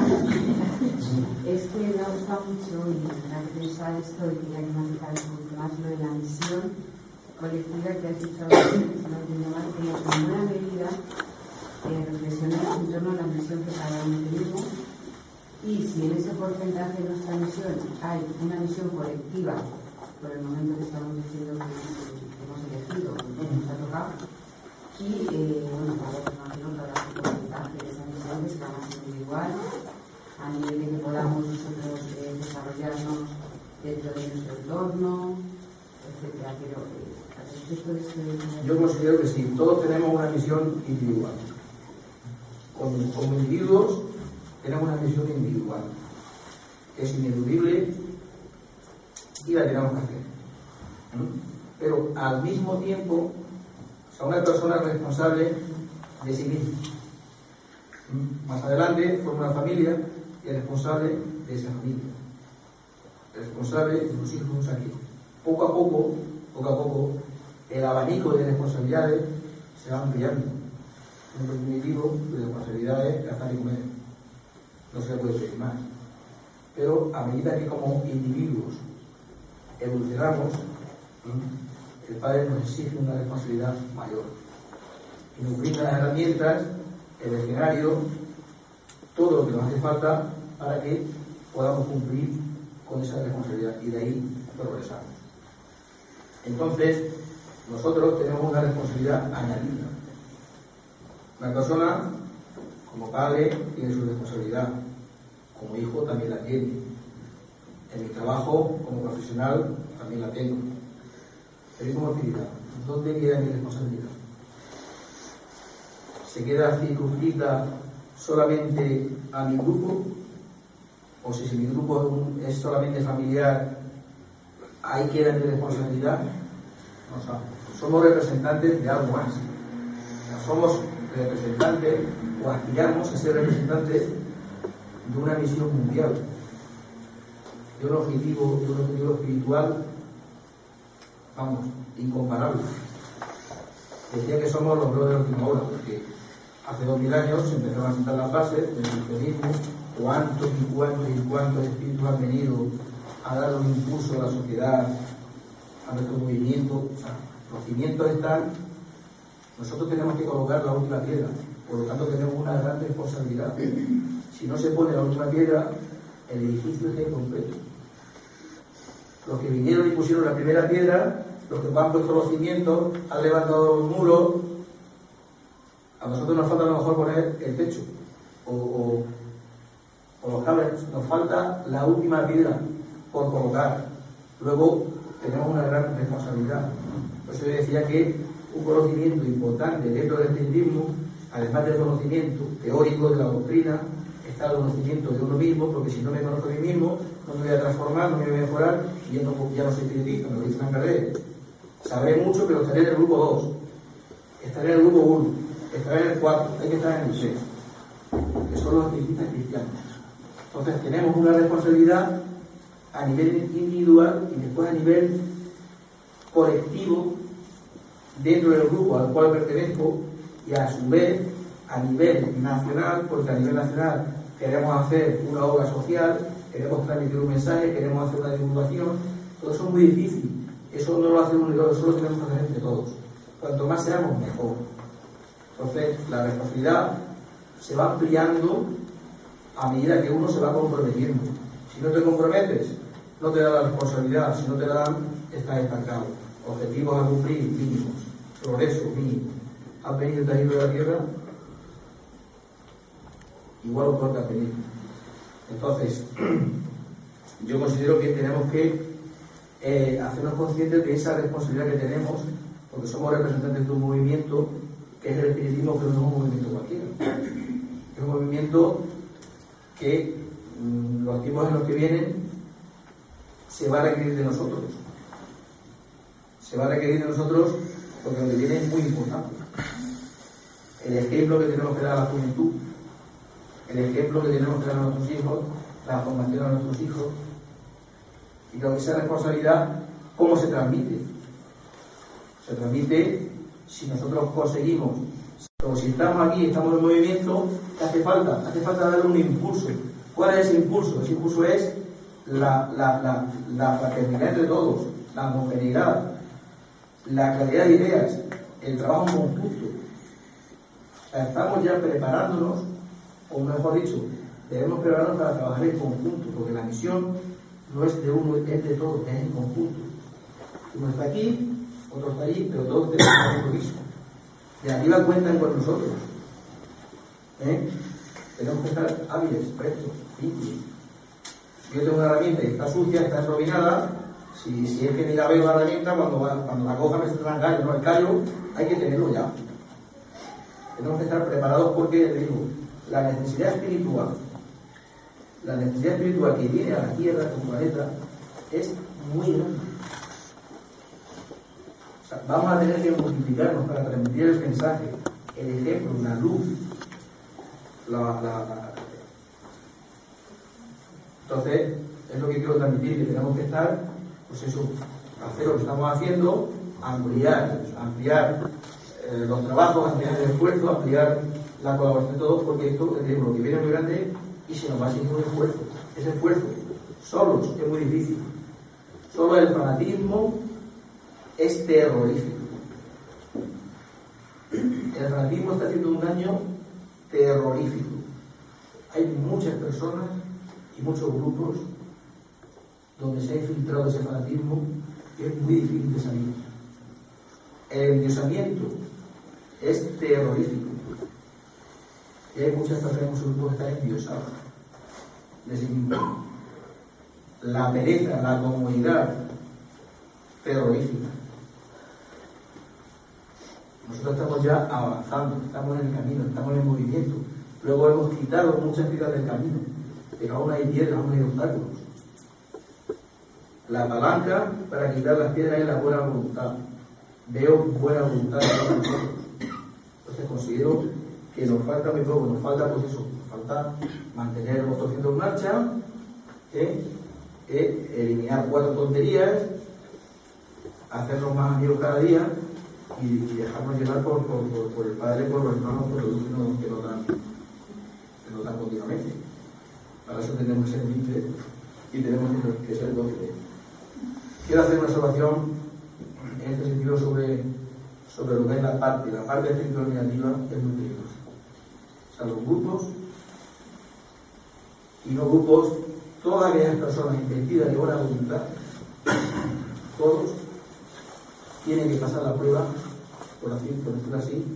Es que me ha gustado mucho intentar pensar esto y quería que me explicara un poquito más lo de la misión colectiva que has dicho ahora, si no entiendo mal, que en buena medida eh, reflexionar en torno a la misión que cada uno tenemos. Y si en ese porcentaje de nuestra misión hay una misión colectiva, por el momento que estamos diciendo que, que hemos elegido, que nos ha tocado, y eh, bueno, para me imagino que habrá un porcentaje de esa misión que sea más individual, a nivel de que podamos nosotros eh, desarrollarnos dentro de nuestro entorno, etcétera. Pero eh, al respecto de este... Yo considero que sí, todos tenemos una misión individual. Como, como individuos, tenemos una misión individual, que es ineludible y la tenemos que hacer. Pero al mismo tiempo, o sea, una persona es responsable de sí misma. Más adelante forma una familia y es responsable de esa familia. Es responsable de sus hijos aquí. Poco a poco, poco a poco, el abanico de responsabilidades se va ampliando. En el definitivo, de responsabilidades, gastar y comer. No se puede pedir más. Pero a medida que como individuos evolucionamos, el Padre nos exige una responsabilidad mayor y nos brinda las herramientas, el escenario, todo lo que nos hace falta para que podamos cumplir con esa responsabilidad y de ahí progresamos. Entonces, nosotros tenemos una responsabilidad añadida. Una persona, como padre, tiene su responsabilidad, como hijo también la tiene. En mi trabajo, como profesional, también la tengo. Pero ¿y como actividad? ¿Dónde queda mi responsabilidad? ¿Se queda circunscrita solamente a mi grupo? O si, si mi grupo es solamente familiar, ahí queda mi responsabilidad. O sea, somos representantes de algo más. O sea, somos representantes o aspiramos a ser representantes de una misión mundial, de un objetivo, de un objetivo espiritual, vamos, incomparable. Decía que somos los brothers de la última hora, porque hace dos mil años se empezaron a sentar las bases del cristianismo. Cuántos y cuántos y cuántos espíritus han venido a dar un impulso a la sociedad, a nuestro movimiento. O sea, los cimientos están. Nosotros tenemos que colocar la última piedra, por lo tanto tenemos una gran responsabilidad. Si no se pone la última piedra, el edificio está incompleto. Los que vinieron y pusieron la primera piedra, los que han puesto los cimientos, han levantado los muros, a nosotros nos falta a lo mejor poner el techo o, o, o los cables, nos falta la última piedra por colocar. Luego tenemos una gran responsabilidad. Por eso yo decía que un conocimiento importante dentro del espiritismo, además del conocimiento teórico de la doctrina, está el conocimiento de uno mismo, porque si no me conozco a mí mismo, no me voy a transformar, no me voy a mejorar, y ya no, ya no soy espiritista, me lo dice Kardec. Sabré mucho, pero estaré en el grupo dos, estaré en el grupo uno, estaré en el cuatro, hay que estar en el seis, que son los espiritistas cristianos. Entonces tenemos una responsabilidad a nivel individual y después a nivel colectivo dentro del grupo al cual pertenezco, y a su vez a nivel nacional, porque a nivel nacional queremos hacer una obra social, queremos transmitir un mensaje, queremos hacer una divulgación. Todo eso es muy difícil, eso no lo hacemos ni todos, eso lo tenemos que hacer entre todos. Cuanto más seamos, mejor. Entonces la responsabilidad se va ampliando a medida que uno se va comprometiendo. Si no te comprometes, no te da la responsabilidad. Si no te la dan, estás estancado. Objetivos a cumplir mínimos, progreso mínimo. ¿Has venido de de la tierra? Igual o peor que has venido. Entonces, yo considero que tenemos que eh, hacernos conscientes de esa responsabilidad que tenemos, porque somos representantes de un movimiento que es el espiritismo, pero no es un movimiento cualquiera. Es un movimiento que mmm, los tiempos en los que vienen se va a requerir de nosotros. Se va a requerir de nosotros porque lo que viene es muy importante. El ejemplo que tenemos que dar a la juventud, el ejemplo que tenemos que dar a nuestros hijos, la formación a nuestros hijos, y creo que esa responsabilidad, ¿cómo se transmite? Se transmite si nosotros conseguimos, como si estamos aquí, estamos en movimiento, ¿qué hace falta? Hace falta darle un impulso. ¿Cuál es ese impulso? Ese impulso es la, la, la, la fraternidad entre todos, la homogeneidad, la claridad de ideas, el trabajo en conjunto. O sea, estamos ya preparándonos, o mejor dicho, debemos prepararnos para trabajar en conjunto, porque la misión no es de uno, es de todos, es en conjunto. Uno está aquí, otro está allí, pero todos tenemos un compromiso. De arriba cuentan con nosotros. ¿Eh? Tenemos que estar hábiles, prestos, limpios. Yo tengo una herramienta y está sucia, está enrobinada. Si, si es que ni la veo la herramienta, cuando, va, cuando la coja me saldrá el callo, no el callo, hay que tenerlo ya. Tenemos que estar preparados porque, les digo, la necesidad espiritual, la necesidad espiritual que viene a la Tierra, como planeta, es muy grande. O sea, vamos a tener que multiplicarnos para transmitir el mensaje, el ejemplo, la luz, la, la, la... Entonces, es lo que quiero transmitir, que tenemos que estar, pues eso, hacer lo que estamos haciendo, ampliar, ampliar eh, los trabajos, ampliar el esfuerzo, ampliar la colaboración de todos, porque esto es lo que viene muy grande y se nos va haciendo un esfuerzo. Ese esfuerzo, solos, es muy difícil. Solo el fanatismo es terrorífico. El fanatismo está haciendo un daño terrorífico. Hay muchas personas y muchos grupos donde se ha infiltrado ese fanatismo y es muy difícil de salir. El endiosamiento es terrorífico. Y hay muchas personas, muchos grupos que están endiosados de sí mismos. La pereza, la comodidad, terrorífica. Nosotros estamos ya avanzando, estamos en el camino, estamos en movimiento. Luego hemos quitado muchas piedras del camino, pero aún hay piedras, aún hay obstáculos. La palanca para quitar las piedras es la buena voluntad. Veo buena voluntad en todos nosotros. Entonces considero que nos falta muy poco, nos falta pues eso, nos falta mantener el motociclo en marcha, ¿eh? ¿Eh? eliminar cuatro tonterías, hacernos más amigos cada día y, y dejarnos llevar por, por, por, por el Padre, por los hermanos, por los que nos, que nos dan, que nos dan continuamente. Para eso tenemos que ser humildes y tenemos que ser dóciles. Quiero hacer una observación en este sentido sobre, sobre lo que es la parte. La parte espiritual negativa es muy peligrosa. O sea, los grupos y no grupos, todas aquellas personas investidas de buena voluntad, todos tienen que pasar la prueba, por así, por decirlo así,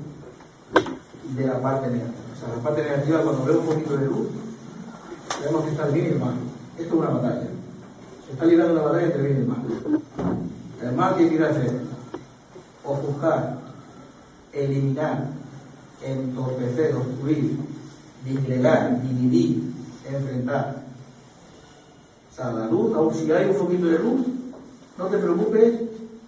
de la parte negativa. O sea, la parte negativa, cuando veo un poquito de luz, tenemos que estar bien y el mal. Esto es una batalla. Se está librando una batalla entre bien y el mal. El mal que quiere hacer, ofuscar, eliminar, entorpecer, obstruir, disgregar, dividir, enfrentar. O sea, la luz, aun si hay un poquito de luz, no te preocupes,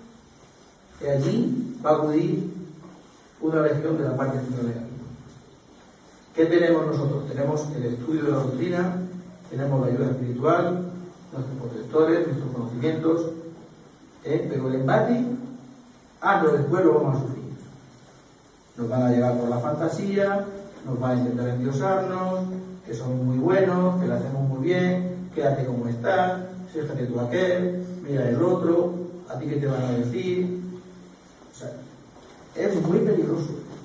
que allí va a acudir una legión de la parte negativa. ¿Qué tenemos nosotros? Tenemos el estudio de la doctrina, tenemos la ayuda espiritual, nuestros protectores, nuestros conocimientos, ¿eh? Pero el embate, antes o después lo vamos a sufrir. Nos van a llevar por la fantasía, nos van a intentar endiosarnos, que somos muy buenos, que lo hacemos muy bien, quédate como estás, fíjate tú aquel, mira el otro, a ti qué te van a decir. O sea, es muy peligroso,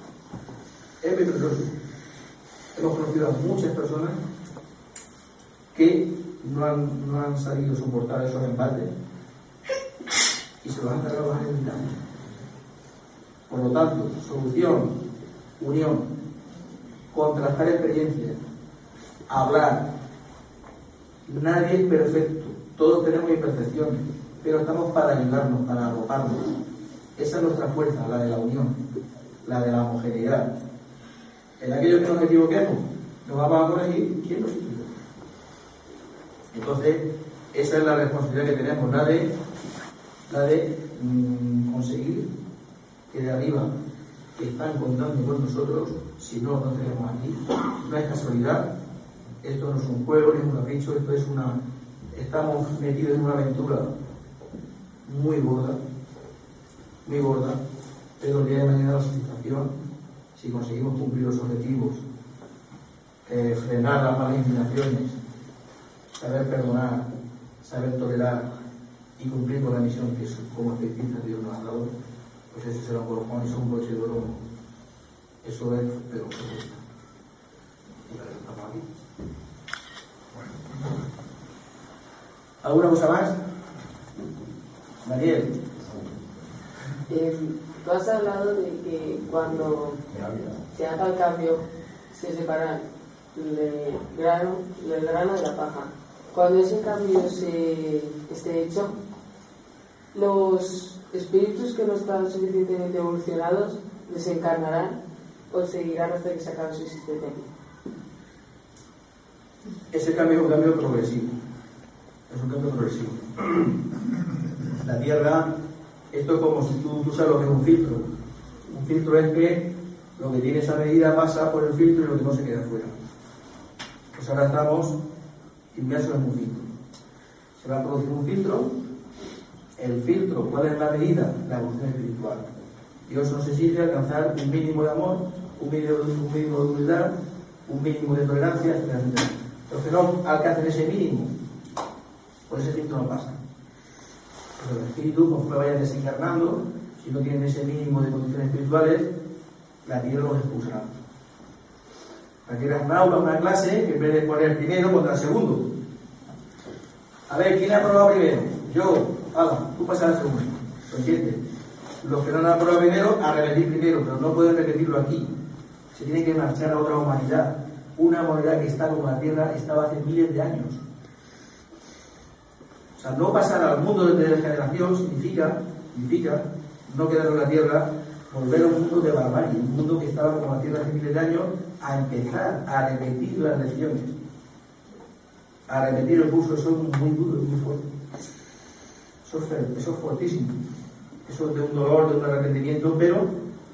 es muy peligroso. Hemos conocido a muchas personas que no han, no han sabido soportar esos embates y se los han cargado más en el camino. Por lo tanto, solución, unión, contrastar experiencias, hablar. Nadie es perfecto, todos tenemos imperfecciones, pero estamos para ayudarnos, para arroparnos. Esa es nuestra fuerza, la de la unión, la de la homogeneidad. En aquello que nos equivoquemos, nos vamos a corregir, ¿quién nos equivoca? Entonces, esa es la responsabilidad que tenemos, la de, la de mmm, conseguir que de arriba, que están contando con nosotros, si no nos tenemos aquí, no es casualidad, esto no es un juego, ni es un capricho, esto es una... Estamos metidos en una aventura muy gorda, muy gorda, pero el día de mañana la satisfacción, si conseguimos cumplir los objetivos, eh, frenar las malas inclinaciones, saber perdonar, saber tolerar y cumplir con la misión que es, como espiritistas Dios nos ha dado, pues eso será un colofón, eso es un broche de oro. Eso es, pero pues, y para eso estamos aquí. ¿Alguna cosa más? Daniel. Eh, tú has hablado de que cuando se haga el cambio se separa el grano, el grano de la paja. Cuando ese cambio se esté hecho, los espíritus que no están suficientemente evolucionados desencarnarán o seguirán hasta que se acabe su existencia aquí. Ese cambio es un cambio progresivo. Es un cambio progresivo. La Tierra, esto es como si tú, tú sabes lo que es un filtro. Un filtro es que lo que tiene esa medida pasa por el filtro y lo que no se queda fuera. Pues ahora estamos inmersos en un filtro. Se va a producir un filtro. El filtro, ¿cuál es la medida? La evolución espiritual. Dios nos exige alcanzar un mínimo de amor, un mínimo, un mínimo de humildad, un mínimo de tolerancia, etcétera, etcétera. Los que no alcancen ese mínimo, pues ese filtro no pasa. Pero el espíritu, conforme vayan desencarnando, si no tienen ese mínimo de condiciones espirituales, la tierra los expulsará. La tierra es una aula, una clase, que en vez de poner primero, pondrá segundo. A ver, ¿quién ha aprobado primero? Yo, Ala, tú pasas al segundo. ¿Lo entiendes? Los que no han aprobado primero, a repetir primero, pero no pueden repetirlo aquí. Se tiene que marchar a otra humanidad. Una humanidad que está como la Tierra estaba hace miles de años. O sea, no pasar al mundo de regeneración significa, significa no quedar en la Tierra, volver a un mundo de barbarie, un mundo que estaba como la Tierra hace miles de años, a empezar a repetir las lecciones, a repetir el curso. Eso es muy duro y muy fuerte. Eso es, eso es fuertísimo. Eso es de un dolor, de un arrepentimiento, pero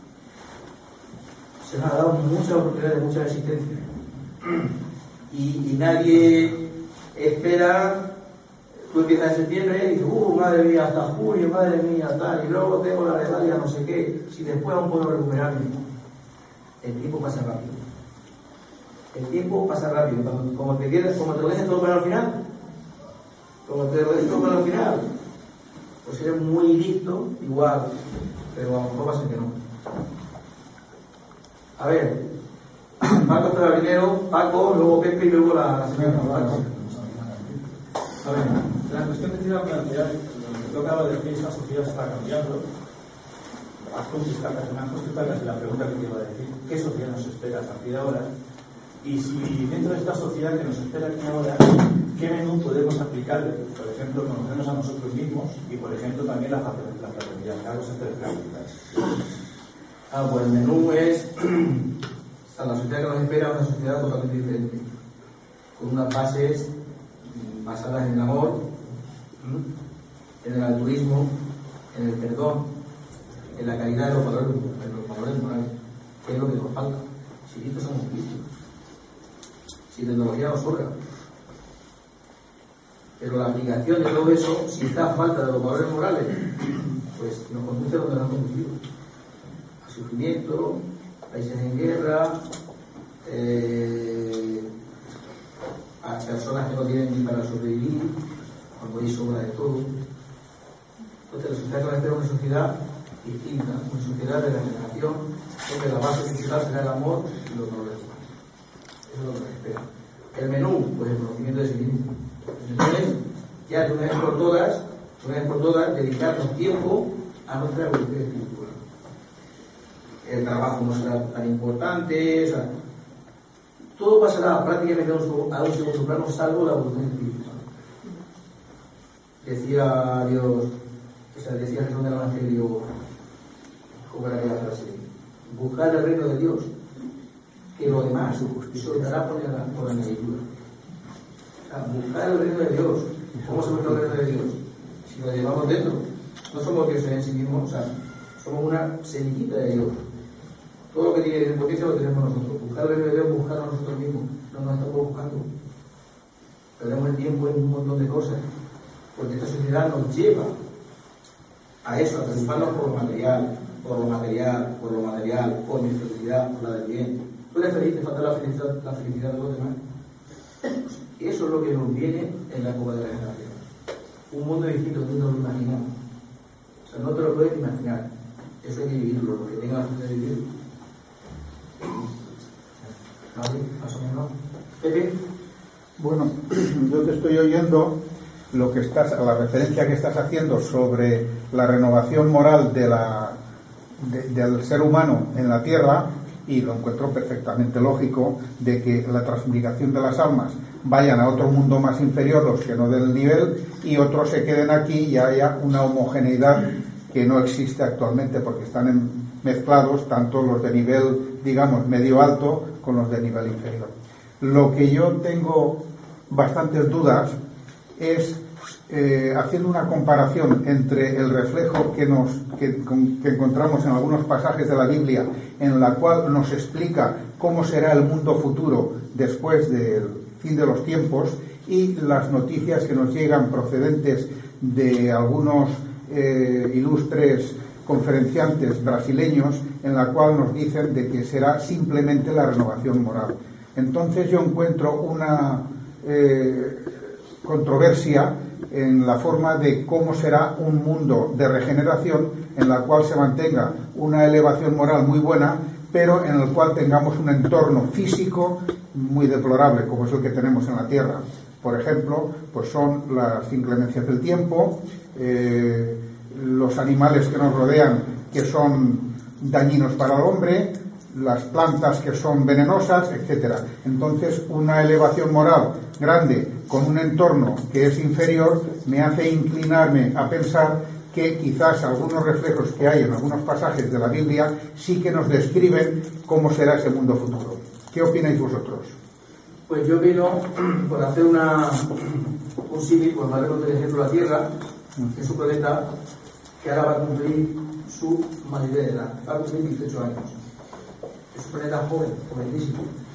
se nos ha dado muchas oportunidades de mucha existencia. Y, y nadie espera. Tú empiezas en septiembre y dices, uh, madre mía, hasta junio, madre mía, tal, y luego tengo la regalia, no sé qué, si después aún puedo recuperarme. El tiempo pasa rápido. El tiempo pasa rápido. Como, como te quedas, como te lo dejes todo para el final, como te lo dejes todo para el final, pues eres muy listo, igual, pero a lo mejor pasa que no. A ver, Paco está primero, Paco, luego Pepe y luego la, la señora Paco. A ver, la cuestión que te iba a plantear, lo que toca lo de que esta sociedad está cambiando, has contestado casi, me has contestado casi la pregunta que te iba a decir, ¿qué sociedad nos espera a partir de ahora? Y si dentro de esta sociedad que nos espera aquí ahora, ¿qué menú podemos aplicar? Por ejemplo, conocernos a nosotros mismos y, por ejemplo, también la fraternidad, que hago esas tres preguntas. Ah, pues el menú es, o sea, la sociedad que nos espera es una sociedad totalmente diferente, con unas bases basadas en el amor, en el altruismo, en el perdón, en la calidad de los valores, en los valores morales, que es lo que nos falta. Si listos somos listos, si tecnología nos sobra, pero la aplicación de todo eso, si está a falta de los valores morales, pues nos conduce a donde nos han conducido, a sufrimiento, países en guerra, eh, a personas que no tienen ni para sobrevivir, cuando hay sobra de todo. Entonces la sociedad que va a espera una sociedad distinta, una sociedad de regeneración, donde la base principal será el amor y los valores humanos. Eso es lo que nos espera. El menú, pues el conocimiento de sí mismo. Entonces, ya de una vez por todas, de una vez por todas, dedicarnos tiempo a nuestra evolución espiritual. El trabajo no será tan importante, o sea, todo pasará prácticamente a un segundo plano, salvo la evolución espiritual. Decía Dios, o sea, decía Jesús del Evangelio, como era aquella frase, buscar el reino de Dios, que lo demás se os dará por la añadidura. O sea, buscar el reino de Dios. ¿Cómo se busca el reino de Dios? Si lo llevamos dentro. No somos dioses en sí mismos, o sea, somos una semillita de Dios. Todo lo que tiene de potencia lo tenemos nosotros. Buscar el reino de Dios, buscarlo nosotros mismos. No nos estamos buscando. Perdemos el tiempo en un montón de cosas. Porque esta sociedad nos lleva a eso, a preocuparnos por lo material, por lo material, por lo material, por mi felicidad, por la del bien. Tú eres feliz, te falta la felicidad, la felicidad de los demás. Eso es lo que nos viene en la época de la generación. Un mundo distinto, que no lo imaginamos. O sea, no te lo puedes imaginar. Eso hay que vivirlo, lo que tenga la suerte de vivirlo. ¿Vale? Más o menos. Pepe. Bueno, yo te estoy oyendo lo que estás, la referencia que estás haciendo sobre la renovación moral de la, de, del ser humano en la tierra, y lo encuentro perfectamente lógico, de que la transmigración de las almas vayan a otro mundo más inferior, los que no den nivel, y otros se queden aquí y haya una homogeneidad que no existe actualmente, porque están en, mezclados tanto los de nivel, digamos, medio alto con los de nivel inferior. Lo que yo tengo bastantes dudas es, eh, haciendo una comparación entre el reflejo que, nos, que, que encontramos en algunos pasajes de la Biblia, en la cual nos explica cómo será el mundo futuro después del fin de los tiempos, y las noticias que nos llegan procedentes de algunos eh, ilustres conferenciantes brasileños, en la cual nos dicen de que será simplemente la renovación moral. Entonces yo encuentro una eh, controversia en la forma de cómo será un mundo de regeneración en la cual se mantenga una elevación moral muy buena, pero en el cual tengamos un entorno físico muy deplorable, como es el que tenemos en la Tierra. Por ejemplo, pues son las inclemencias del tiempo, eh, los animales que nos rodean que son dañinos para el hombre, las plantas que son venenosas, etcétera. Entonces, una elevación moral grande con un entorno que es inferior me hace inclinarme a pensar que quizás algunos reflejos que hay en algunos pasajes de la Biblia sí que nos describen cómo será ese mundo futuro. ¿Qué opináis vosotros? Pues yo opino, por hacer una, un símil, pues valemos del ejemplo de la Tierra, Es un planeta que ahora va a cumplir su mayoría de edad, va a cumplir dieciocho años. Es un planeta joven, jovenísimo.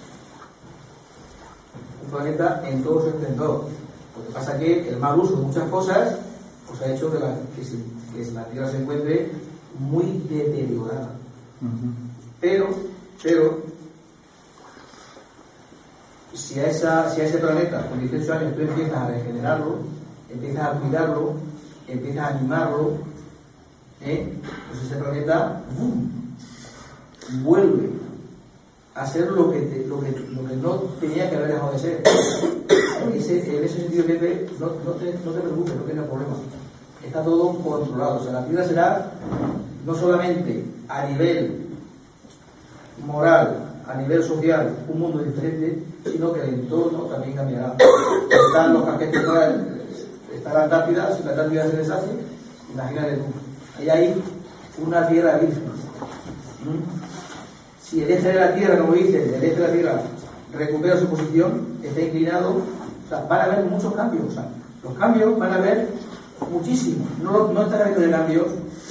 Un planeta en todo su esplendor. Lo que pasa es que el mal uso de muchas cosas pues ha hecho que la, que se, que la Tierra se encuentre muy deteriorada. Uh-huh. Pero, pero, si a, esa, si a ese planeta con dieciocho años tú empiezas a regenerarlo, empiezas a cuidarlo, empiezas a animarlo, ¿eh? pues ese planeta ¡bum!, vuelve a ser lo que, te, lo, que, lo que no tenía que haber dejado de ser. Ese, en ese sentido, Pepe, no, no, te, no te preocupes, no tienes problema. Está todo controlado. O sea, la Tierra será no solamente a nivel moral, a nivel social, un mundo diferente, sino que el entorno también cambiará. Están los casquetes, está la Antártida, si la Antártida se deshace, imagínate tú. Ahí hay una tierra virgen. ¿Mm? Si el eje de la Tierra, como dicen, el eje de la Tierra recupera su posición, está inclinado, o sea, van a haber muchos cambios. O sea, los cambios van a haber muchísimos. No, no están habiendo de cambios.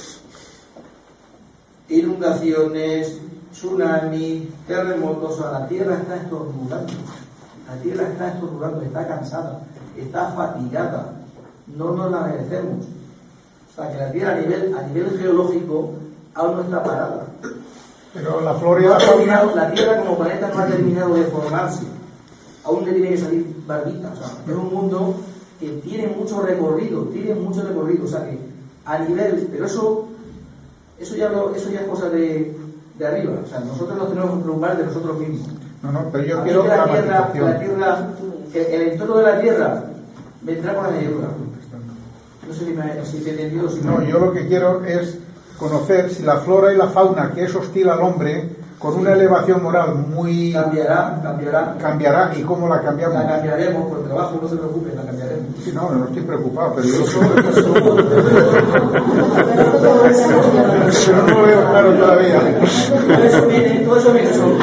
Inundaciones, tsunamis, terremotos. O sea, la Tierra está estornudando. La Tierra está estornudando, está cansada, está fatigada. No nos la merecemos. O sea, que la Tierra a nivel, a nivel geológico aún no está parada. Pero la flora y la fauna... La Tierra como planeta no ha terminado de formarse. Aún le tiene que salir barbita. O sea, es un mundo que tiene mucho recorrido, tiene mucho recorrido. O sea, que a nivel... Pero eso eso ya, lo, eso ya es cosa de, de arriba. O sea, nosotros nos tenemos que preocupar de nosotros mismos. No, no, pero yo a quiero la la Tierra, la Tierra, el entorno de la Tierra vendrá con la ayuda. No sé si me si te he entendido. Si no, yo lo que quiero es conocer si la flora y la fauna que es hostil al hombre, con sí. una elevación moral muy... Cambiará, cambiará. Cambiará, ¿y cómo la cambiamos? La cambiaremos, por trabajo, no se preocupe, la cambiaremos. Sí, no, no estoy preocupado, pero yo... pero no lo veo claro todavía. Todo eso viene, todo eso viene solo.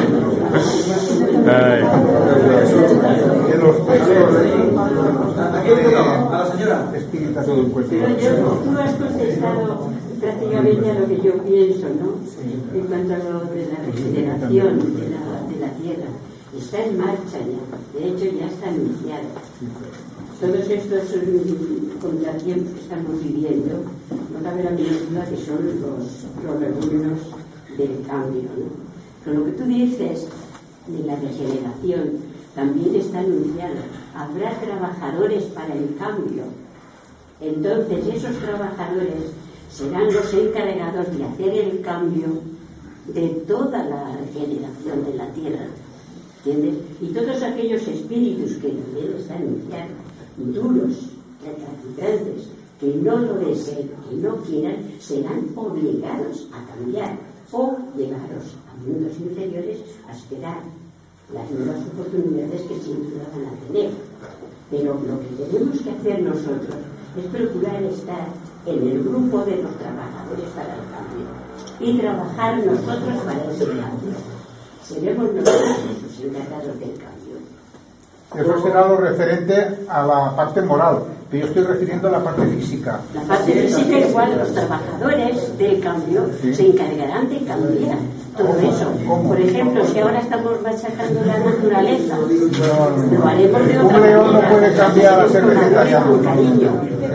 Que los tesoros aquí a la señora. Espírita todo en cuestión. Pero yo, tú has contestado prácticamente a lo que yo pienso, ¿no? En cuanto a lo de la regeneración de la, de la tierra. Está en marcha ya, de hecho ya está anunciado. Todos estos um, contratiempos que estamos viviendo, no cabe la menor duda que son los, los regulos del cambio, ¿no? Pero lo que tú dices de la regeneración también está anunciado. Habrá trabajadores para el cambio. Entonces esos trabajadores serán los encargados de hacer el cambio de toda la regeneración de la tierra, ¿entiendes? Y todos aquellos espíritus que también están anunciados, duros, recalcitrantes, que no lo deseen, que no quieran, serán obligados a cambiar o llevaros a mundos inferiores a esperar las nuevas oportunidades que siempre van a tener. Pero lo que tenemos que hacer nosotros es procurar estar en el grupo de los trabajadores para el cambio y trabajar nosotros para ese cambio. Seremos nosotros los encargados del cambio. Eso será lo referente a la parte moral, pero yo estoy refiriendo a la parte física. La parte física igual, los trabajadores del cambio ¿sí? se encargarán de cambiar todo ¿Cómo? eso. ¿Cómo? Por ejemplo, si ahora estamos machacando la naturaleza, no, no. lo haremos de otra Un león manera. no puede cambiar a ser vegetariano. Con cariño.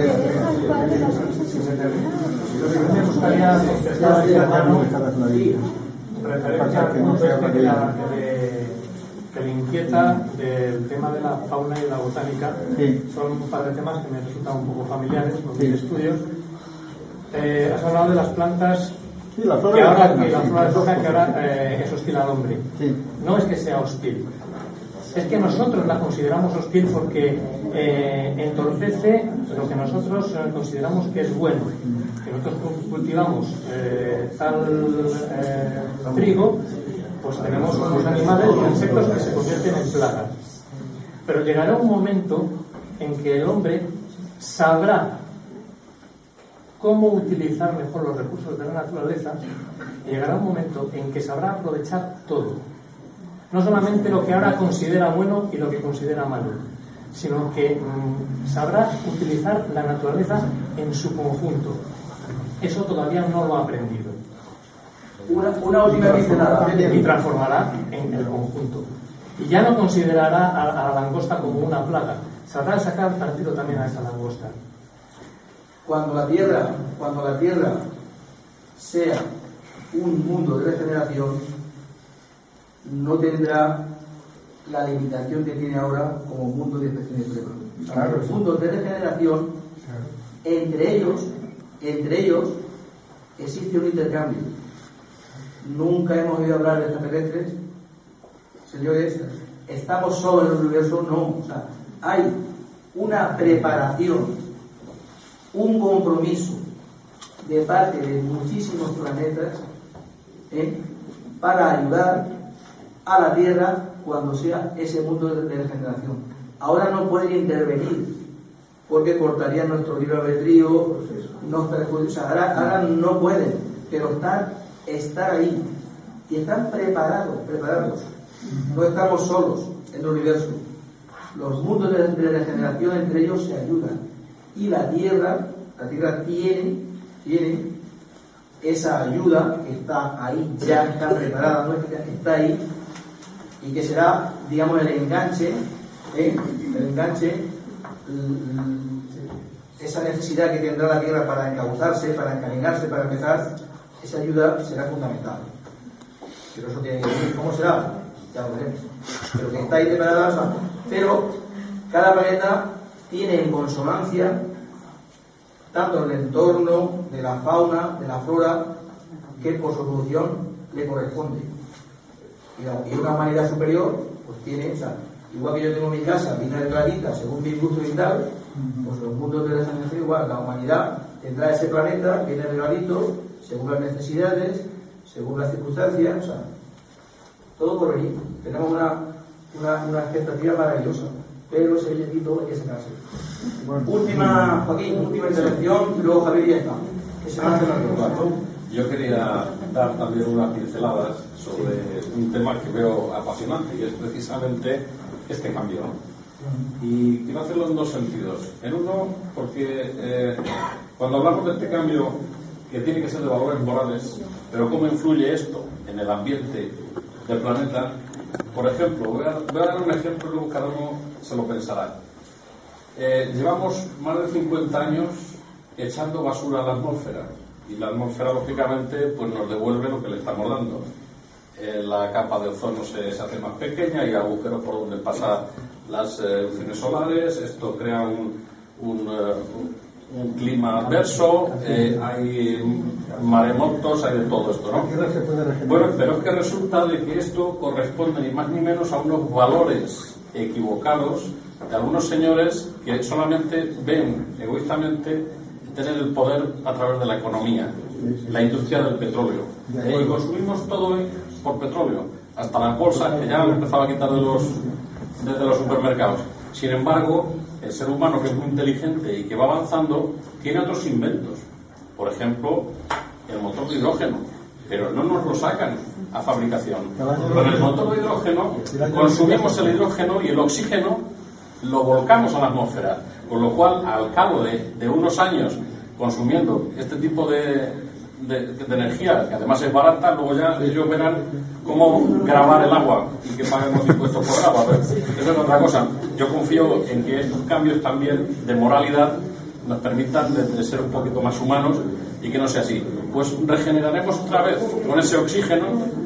Me gustaría contestar referencia al punto este que, la, que, le, que le inquieta del tema de la fauna y la botánica. Sí. Son un par de temas que me resultan un poco familiares por mis sí. estudios. Eh, has hablado de las plantas sí, la flora que ahora, fauna, que la sí. flora de fauna que ahora eh, es hostil al hombre. Sí. No es que sea hostil, es que nosotros la consideramos hostil porque eh, entorpece lo que nosotros eh, consideramos que es bueno. Que nosotros cultivamos eh, tal eh, trigo, pues tenemos unos animales y insectos que se convierten en plagas. Pero llegará un momento en que el hombre sabrá cómo utilizar mejor los recursos de la naturaleza y llegará un momento en que sabrá aprovechar todo. No solamente lo que ahora considera bueno y lo que considera malo, sino que mmm, sabrá utilizar la naturaleza en su conjunto. Eso todavía no lo ha aprendido. Una, una última pincelada. Y transformará en el conjunto. Y ya no considerará a, a la langosta como una plaga. Sabrá sacar partido también a esa langosta. Cuando la tierra, cuando la tierra sea un mundo de regeneración, no tendrá la limitación que tiene ahora como mundo de expresión extrema. Claro, los mundos de regeneración, claro. entre ellos, entre ellos existe un intercambio. Nunca hemos oído hablar de extraterrestres, señores. ¿Estamos solos en el universo? No. O sea, hay una preparación, un compromiso de parte de muchísimos planetas ¿eh? para ayudar a la Tierra cuando sea ese mundo de regeneración. Ahora no pueden intervenir porque cortarían nuestro libre albedrío, nos perjudican. O sea, ahora, ahora no pueden, pero están, están ahí y están preparados, preparados. No estamos solos en el universo. Los mundos de, de regeneración entre ellos se ayudan y la Tierra, la Tierra tiene, tiene esa ayuda que está ahí, ya está preparada, no está ahí, y que será, digamos, el enganche, ¿eh? el enganche, esa necesidad que tendrá la Tierra para encauzarse, para encaminarse, para empezar, esa ayuda será fundamental. Pero eso tiene que decir, ¿cómo será? Ya lo veremos. Pero que está ahí preparada, o sea, pero cada planeta tiene en consonancia tanto el entorno de la fauna, de la flora, que por su evolución le corresponde. Y una humanidad superior, pues tiene, o sea, igual que yo tengo mi casa bien arregladita según mi gusto y tal, pues los mundos de regeneración igual, la humanidad tendrá ese planeta bien arregladito, según las necesidades, según las circunstancias, o sea, todo por venir. Tenemos una, una, una expectativa maravillosa, pero ese billetito hay que sacarse. Bueno, última, Joaquín, última intervención, y luego Javier ya está. Que se va a hacer la pregunta. Yo quería dar también unas pinceladas sobre un tema que veo apasionante y es precisamente este cambio, ¿no? Y quiero hacerlo en dos sentidos. En uno, porque eh, cuando hablamos de este cambio que tiene que ser de valores morales, pero cómo influye esto en el ambiente del planeta. Por ejemplo, voy a, voy a dar un ejemplo y luego cada uno se lo pensará. Eh, llevamos más de cincuenta años echando basura a la atmósfera y la atmósfera lógicamente pues nos devuelve lo que le estamos dando. Eh, la capa de ozono se, se hace más pequeña, hay agujeros por donde pasan las erupciones eh, solares, esto crea un, un, uh, un clima adverso, eh, hay maremotos, hay de todo esto, ¿no? Bueno, pero es que resulta de que esto corresponde ni más ni menos a unos valores equivocados de algunos señores que solamente ven egoístamente tener el poder a través de la economía, la industria del petróleo. Eh, y consumimos todo por petróleo, hasta las bolsas que ya han empezado a quitar de los, desde los supermercados. Sin embargo, el ser humano, que es muy inteligente y que va avanzando, tiene otros inventos. Por ejemplo, el motor de hidrógeno, pero no nos lo sacan a fabricación. Con el motor de hidrógeno consumimos el hidrógeno y el oxígeno lo volcamos a la atmósfera, con lo cual al cabo de, de unos años consumiendo este tipo de, de, de energía, que además es barata, luego ya ellos verán cómo grabar el agua y que paguemos impuestos por el agua. Pero eso es otra cosa. Yo confío en que estos cambios también de moralidad nos permitan de, de ser un poquito más humanos y que no sea así. Pues regeneraremos otra vez con ese oxígeno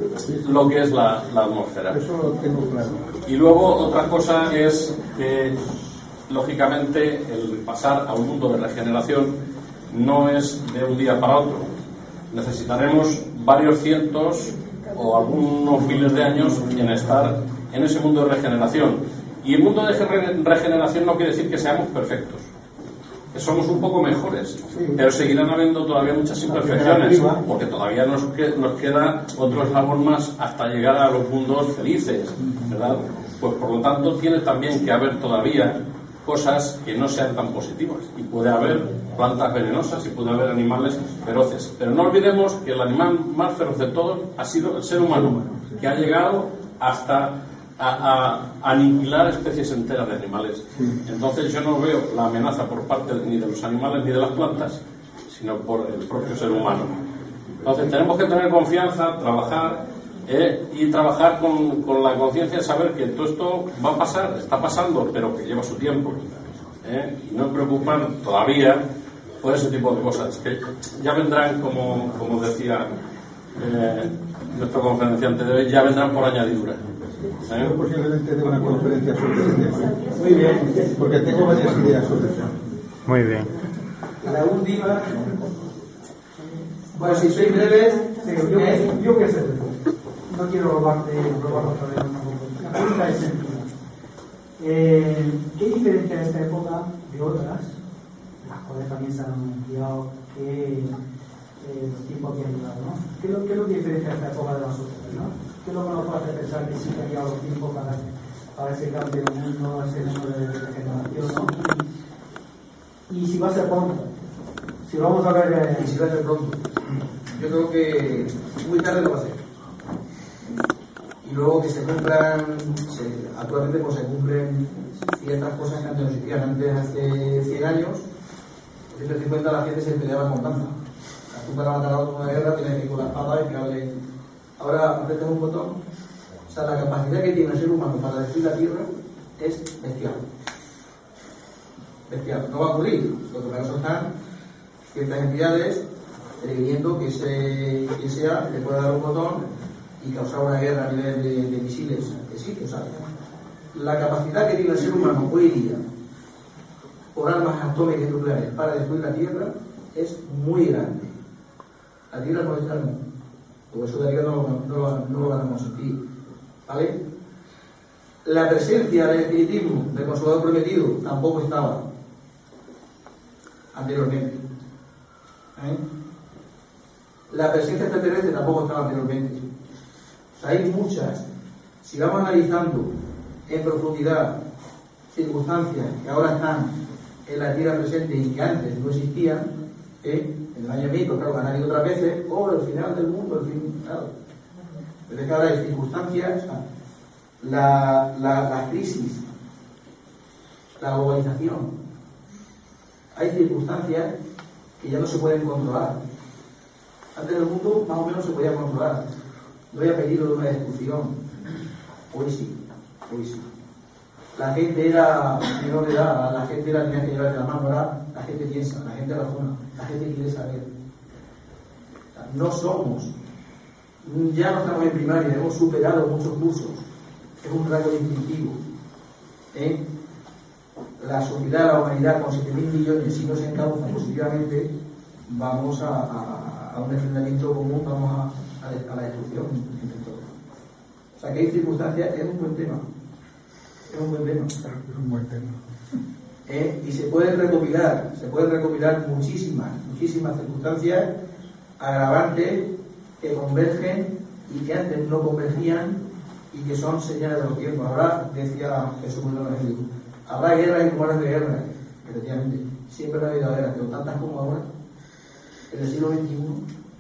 lo que es la, la atmósfera. Eso lo tengo claro. Y luego otra cosa es que lógicamente el pasar a un mundo de regeneración no es de un día para otro. Necesitaremos varios cientos o algunos miles de años en estar en ese mundo de regeneración. Y el mundo de regeneración no quiere decir que seamos perfectos, que somos un poco mejores, pero seguirán habiendo todavía muchas imperfecciones, porque todavía nos, que, nos queda otro eslabón más hasta llegar a los mundos felices, ¿verdad? Pues por lo tanto tiene también que haber todavía cosas que no sean tan positivas, y puede haber plantas venenosas y puede haber animales feroces, pero no olvidemos que el animal más feroz de todos ha sido el ser humano, que ha llegado hasta a, a aniquilar especies enteras de animales. Entonces yo no veo la amenaza por parte ni de los animales ni de las plantas, sino por el propio ser humano. Entonces tenemos que tener confianza, trabajar eh, y trabajar con, con la conciencia de saber que todo esto va a pasar, está pasando, pero que lleva su tiempo. Eh, y no preocupar todavía por ese tipo de cosas, que ya vendrán, como, como decía eh, nuestro conferenciante de hoy, ya vendrán por añadidura. ¿Eh? Yo posiblemente de una conferencia sobre este tema. Muy bien, porque tengo varias ideas sobre eso. Muy bien. La última. Bueno, si sois breves, sí, yo, eh, yo qué sé, no quiero robarte, robar otra vez. La pregunta es sencilla. Eh, ¿Qué diferencia de esta época de otras? Las cosas también se han ampliado, que eh, los tiempos que han llegado, ¿no? ¿Qué es lo, qué es lo que diferencia esta época de las otras, ¿no? ¿Qué es lo que nos puede hacer pensar que sí que han llegado los tiempos para, para ese cambio de mundo, ese número de regeneración, ¿no? Y, y si va a ser pronto, si lo vamos a ver, eh, y si va a ser pronto, yo creo que muy tarde lo va a hacer. Y luego que se cumplan, se, actualmente pues se cumplen ciertas cosas que antes no existían. Antes, hace cien años, ciento cincuenta, la gente se peleaba con lanza. Tú para matar a otro en una guerra tienes que ir con la espada y pegarle. Ahora apretas un botón. O sea, la capacidad que tiene el ser humano para destruir la tierra es bestial. Bestial. No va a ocurrir. Lo que para eso están ciertas entidades previniendo que ese que sea le pueda dar un botón y causar una guerra a nivel de, de misiles, que sí, que o sea, la capacidad que tiene el ser humano hoy día por armas atómicas nucleares para destruir la Tierra es muy grande. La Tierra no está, no, porque eso de arriba no, no, no, no lo van a consentir, ¿vale? La presencia del espiritismo del Consolador Prometido tampoco estaba anteriormente, ¿eh? La presencia extraterrestre tampoco estaba anteriormente. Hay muchas, si vamos analizando en profundidad circunstancias que ahora están en la Tierra presente y que antes no existían, ¿eh? En el año mil, claro, han habido otras veces, o oh, el final del mundo, el fin, claro. Pero es que ahora hay circunstancias, la, la, la crisis, la globalización, hay circunstancias que ya no se pueden controlar. Antes el mundo más o menos se podía controlar. No había peligro de una destrucción. Hoy sí, hoy sí. La gente era menor de edad, la gente era tenía que llevar de la mano, ahora la gente piensa, la gente razona, la gente quiere saber. No somos, ya no estamos en primaria, hemos superado muchos cursos, es un rasgo distintivo. ¿Eh? La sociedad, la humanidad, con siete mil millones, si no se encauza positivamente, vamos a, a, a un enfrentamiento común, vamos a a la destrucción entre todos. O sea que hay circunstancias, es un buen tema. Es un buen tema. Es un buen tema. ¿Eh? Y se pueden recopilar, se pueden recopilar muchísimas, muchísimas circunstancias agravantes que convergen y que antes no convergían y que son señales de los tiempos. Ahora, decía Jesús en el Evangelio, habrá guerras y rumores de guerra. Efectivamente, siempre ha habido guerras, pero tantas como ahora, en el siglo veintiuno.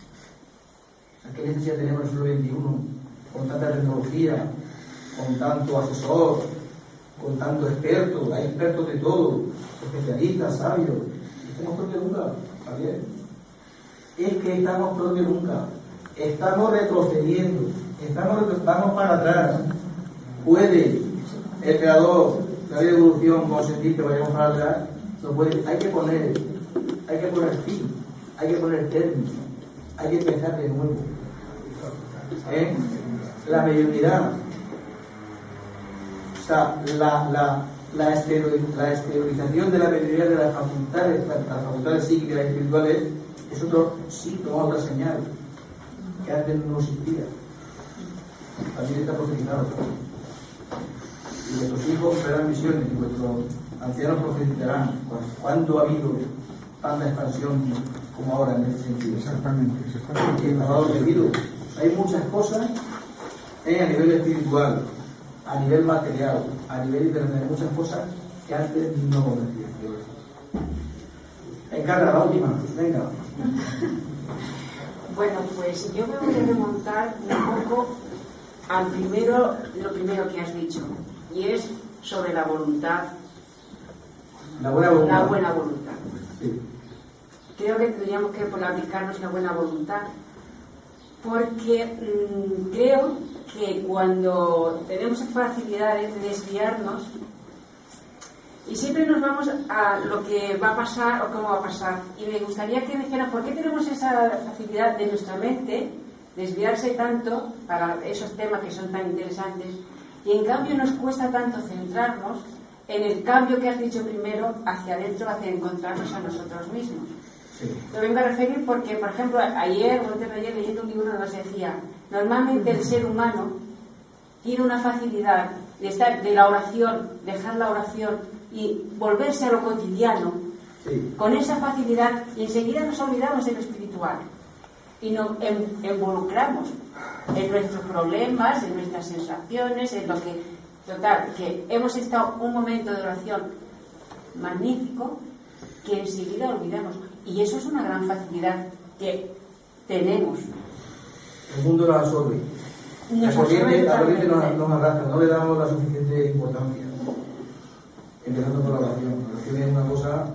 ¿Qué necesidad tenemos en el siglo veintiuno con tanta tecnología, con tanto asesor, con tanto experto? Hay expertos de todo, especialistas, sabios. Estamos peor que nunca, Javier. Es que estamos peor que nunca. Estamos retrocediendo, estamos vamos para atrás. ¿Puede el creador de la evolución consentir que vayamos para atrás? No puede. Hay que poner, hay que poner fin, hay que poner término, hay que empezar de nuevo. ¿Eh? La mediunidad, o sea, la, la, la, esteril, la esterilización de la mediunidad de las facultades, las facultades psíquicas y espirituales, es otro síntoma, otra señal que antes no existía. También está profetizado. Y vuestros hijos verán visiones, y vuestros ancianos profetizarán. ¿Cuándo ha habido tanta expansión como ahora en ese sentido? Exactamente. Exactamente. Hay muchas cosas eh, a nivel espiritual, a nivel material, a nivel internet, muchas cosas que antes no conocían. Encarna, la última, venga. Bueno, pues yo me voy a remontar un poco al primero, lo primero que has dicho, y es sobre la voluntad. La buena voluntad. La buena voluntad. Sí. Creo que tendríamos que aplicarnos la buena voluntad, porque mmm, creo que cuando tenemos facilidades de desviarnos, y siempre nos vamos a lo que va a pasar o cómo va a pasar, y me gustaría que dijeran por qué tenemos esa facilidad de nuestra mente desviarse tanto para esos temas que son tan interesantes, y en cambio nos cuesta tanto centrarnos en el cambio que has dicho primero hacia adentro, hacia encontrarnos a nosotros mismos. Sí. Lo vengo a referir porque, por ejemplo, ayer o antes de ayer leyendo un libro nos decía, normalmente el ser humano tiene una facilidad de estar de la oración, dejar la oración y volverse a lo cotidiano, sí, con esa facilidad, y enseguida nos olvidamos de lo espiritual y nos involucramos en nuestros problemas, en nuestras sensaciones, en lo que, total, que hemos estado un momento de oración magnífico que enseguida olvidamos, y eso es una gran facilidad que tenemos. El mundo nos absorbe, la corriente, la corriente nos, nos arrastra, no le damos la suficiente importancia, empezando por la oración. La oración es una cosa,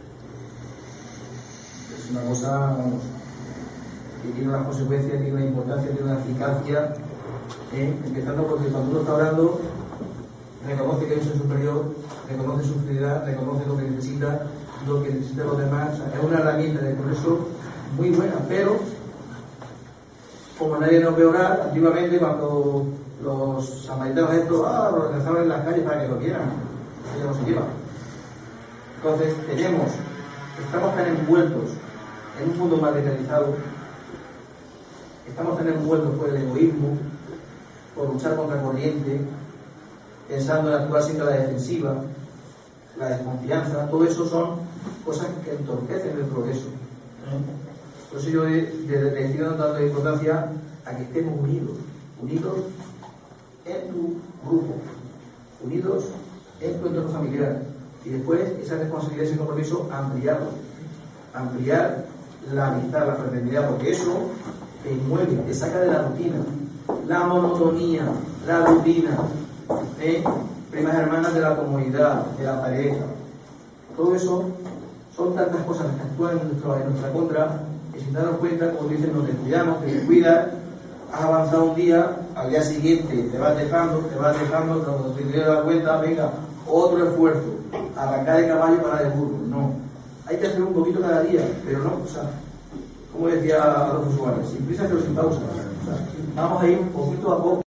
es una cosa, vamos, que tiene unas consecuencias, tiene una importancia, tiene una eficacia, ¿eh? Empezando porque cuando uno está orando reconoce que es el superior, reconoce su fidelidad, reconoce lo que necesita, lo que necesitan los demás. O sea, es una herramienta de progreso muy buena, pero como nadie nos ve orar, antiguamente cuando los samaritanos estos, ah, lo rezaban en las calles para que lo vieran, ellos no se llevan. Entonces tenemos, estamos tan envueltos en un mundo materializado, estamos tan envueltos por el egoísmo, por luchar contra corriente, pensando en actuar siempre a la defensiva, la desconfianza. Todo eso son cosas que entorpecen el progreso. Por eso yo le decido dando importancia a que estemos unidos, unidos en tu grupo, unidos en tu entorno familiar, y después esa responsabilidad y ese compromiso ampliarlo, ampliar la amistad, la fraternidad, porque eso te mueve, te saca de la rutina, la monotonía, la rutina, ¿eh? Primas hermanas de la comunidad, de la pareja. Todo eso son tantas cosas que actúan en, nuestro, en nuestra contra, que sin darnos cuenta, como dicen, nos descuidamos, te descuidas, has avanzado un día, al día siguiente te vas dejando, te vas dejando, cuando te tienes que dar cuenta, venga, otro esfuerzo, arrancar de caballo para de burro. No, hay que hacer un poquito cada día, pero no, o sea, como decía Adolfo Suárez, sin prisa pero sin pausa. O sea, vamos a ir poquito a poco.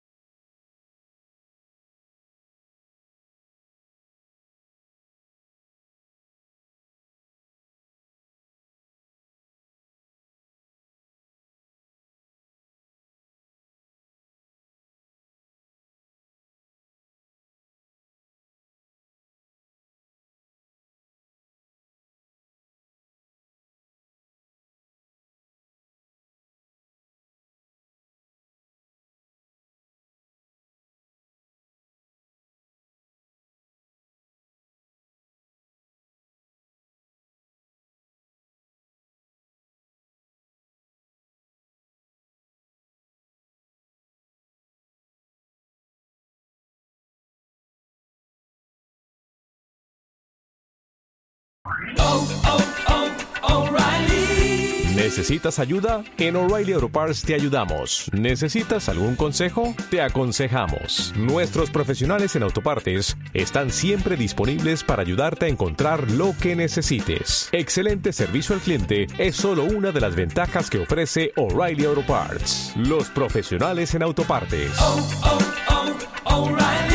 Oh, oh, oh, O'Reilly. ¿Necesitas ayuda? En O'Reilly Auto Parts te ayudamos. ¿Necesitas algún consejo? Te aconsejamos. Nuestros profesionales en autopartes están siempre disponibles para ayudarte a encontrar lo que necesites. Excelente servicio al cliente es solo una de las ventajas que ofrece O'Reilly Auto Parts. Los profesionales en autopartes. Oh, oh, oh, O'Reilly.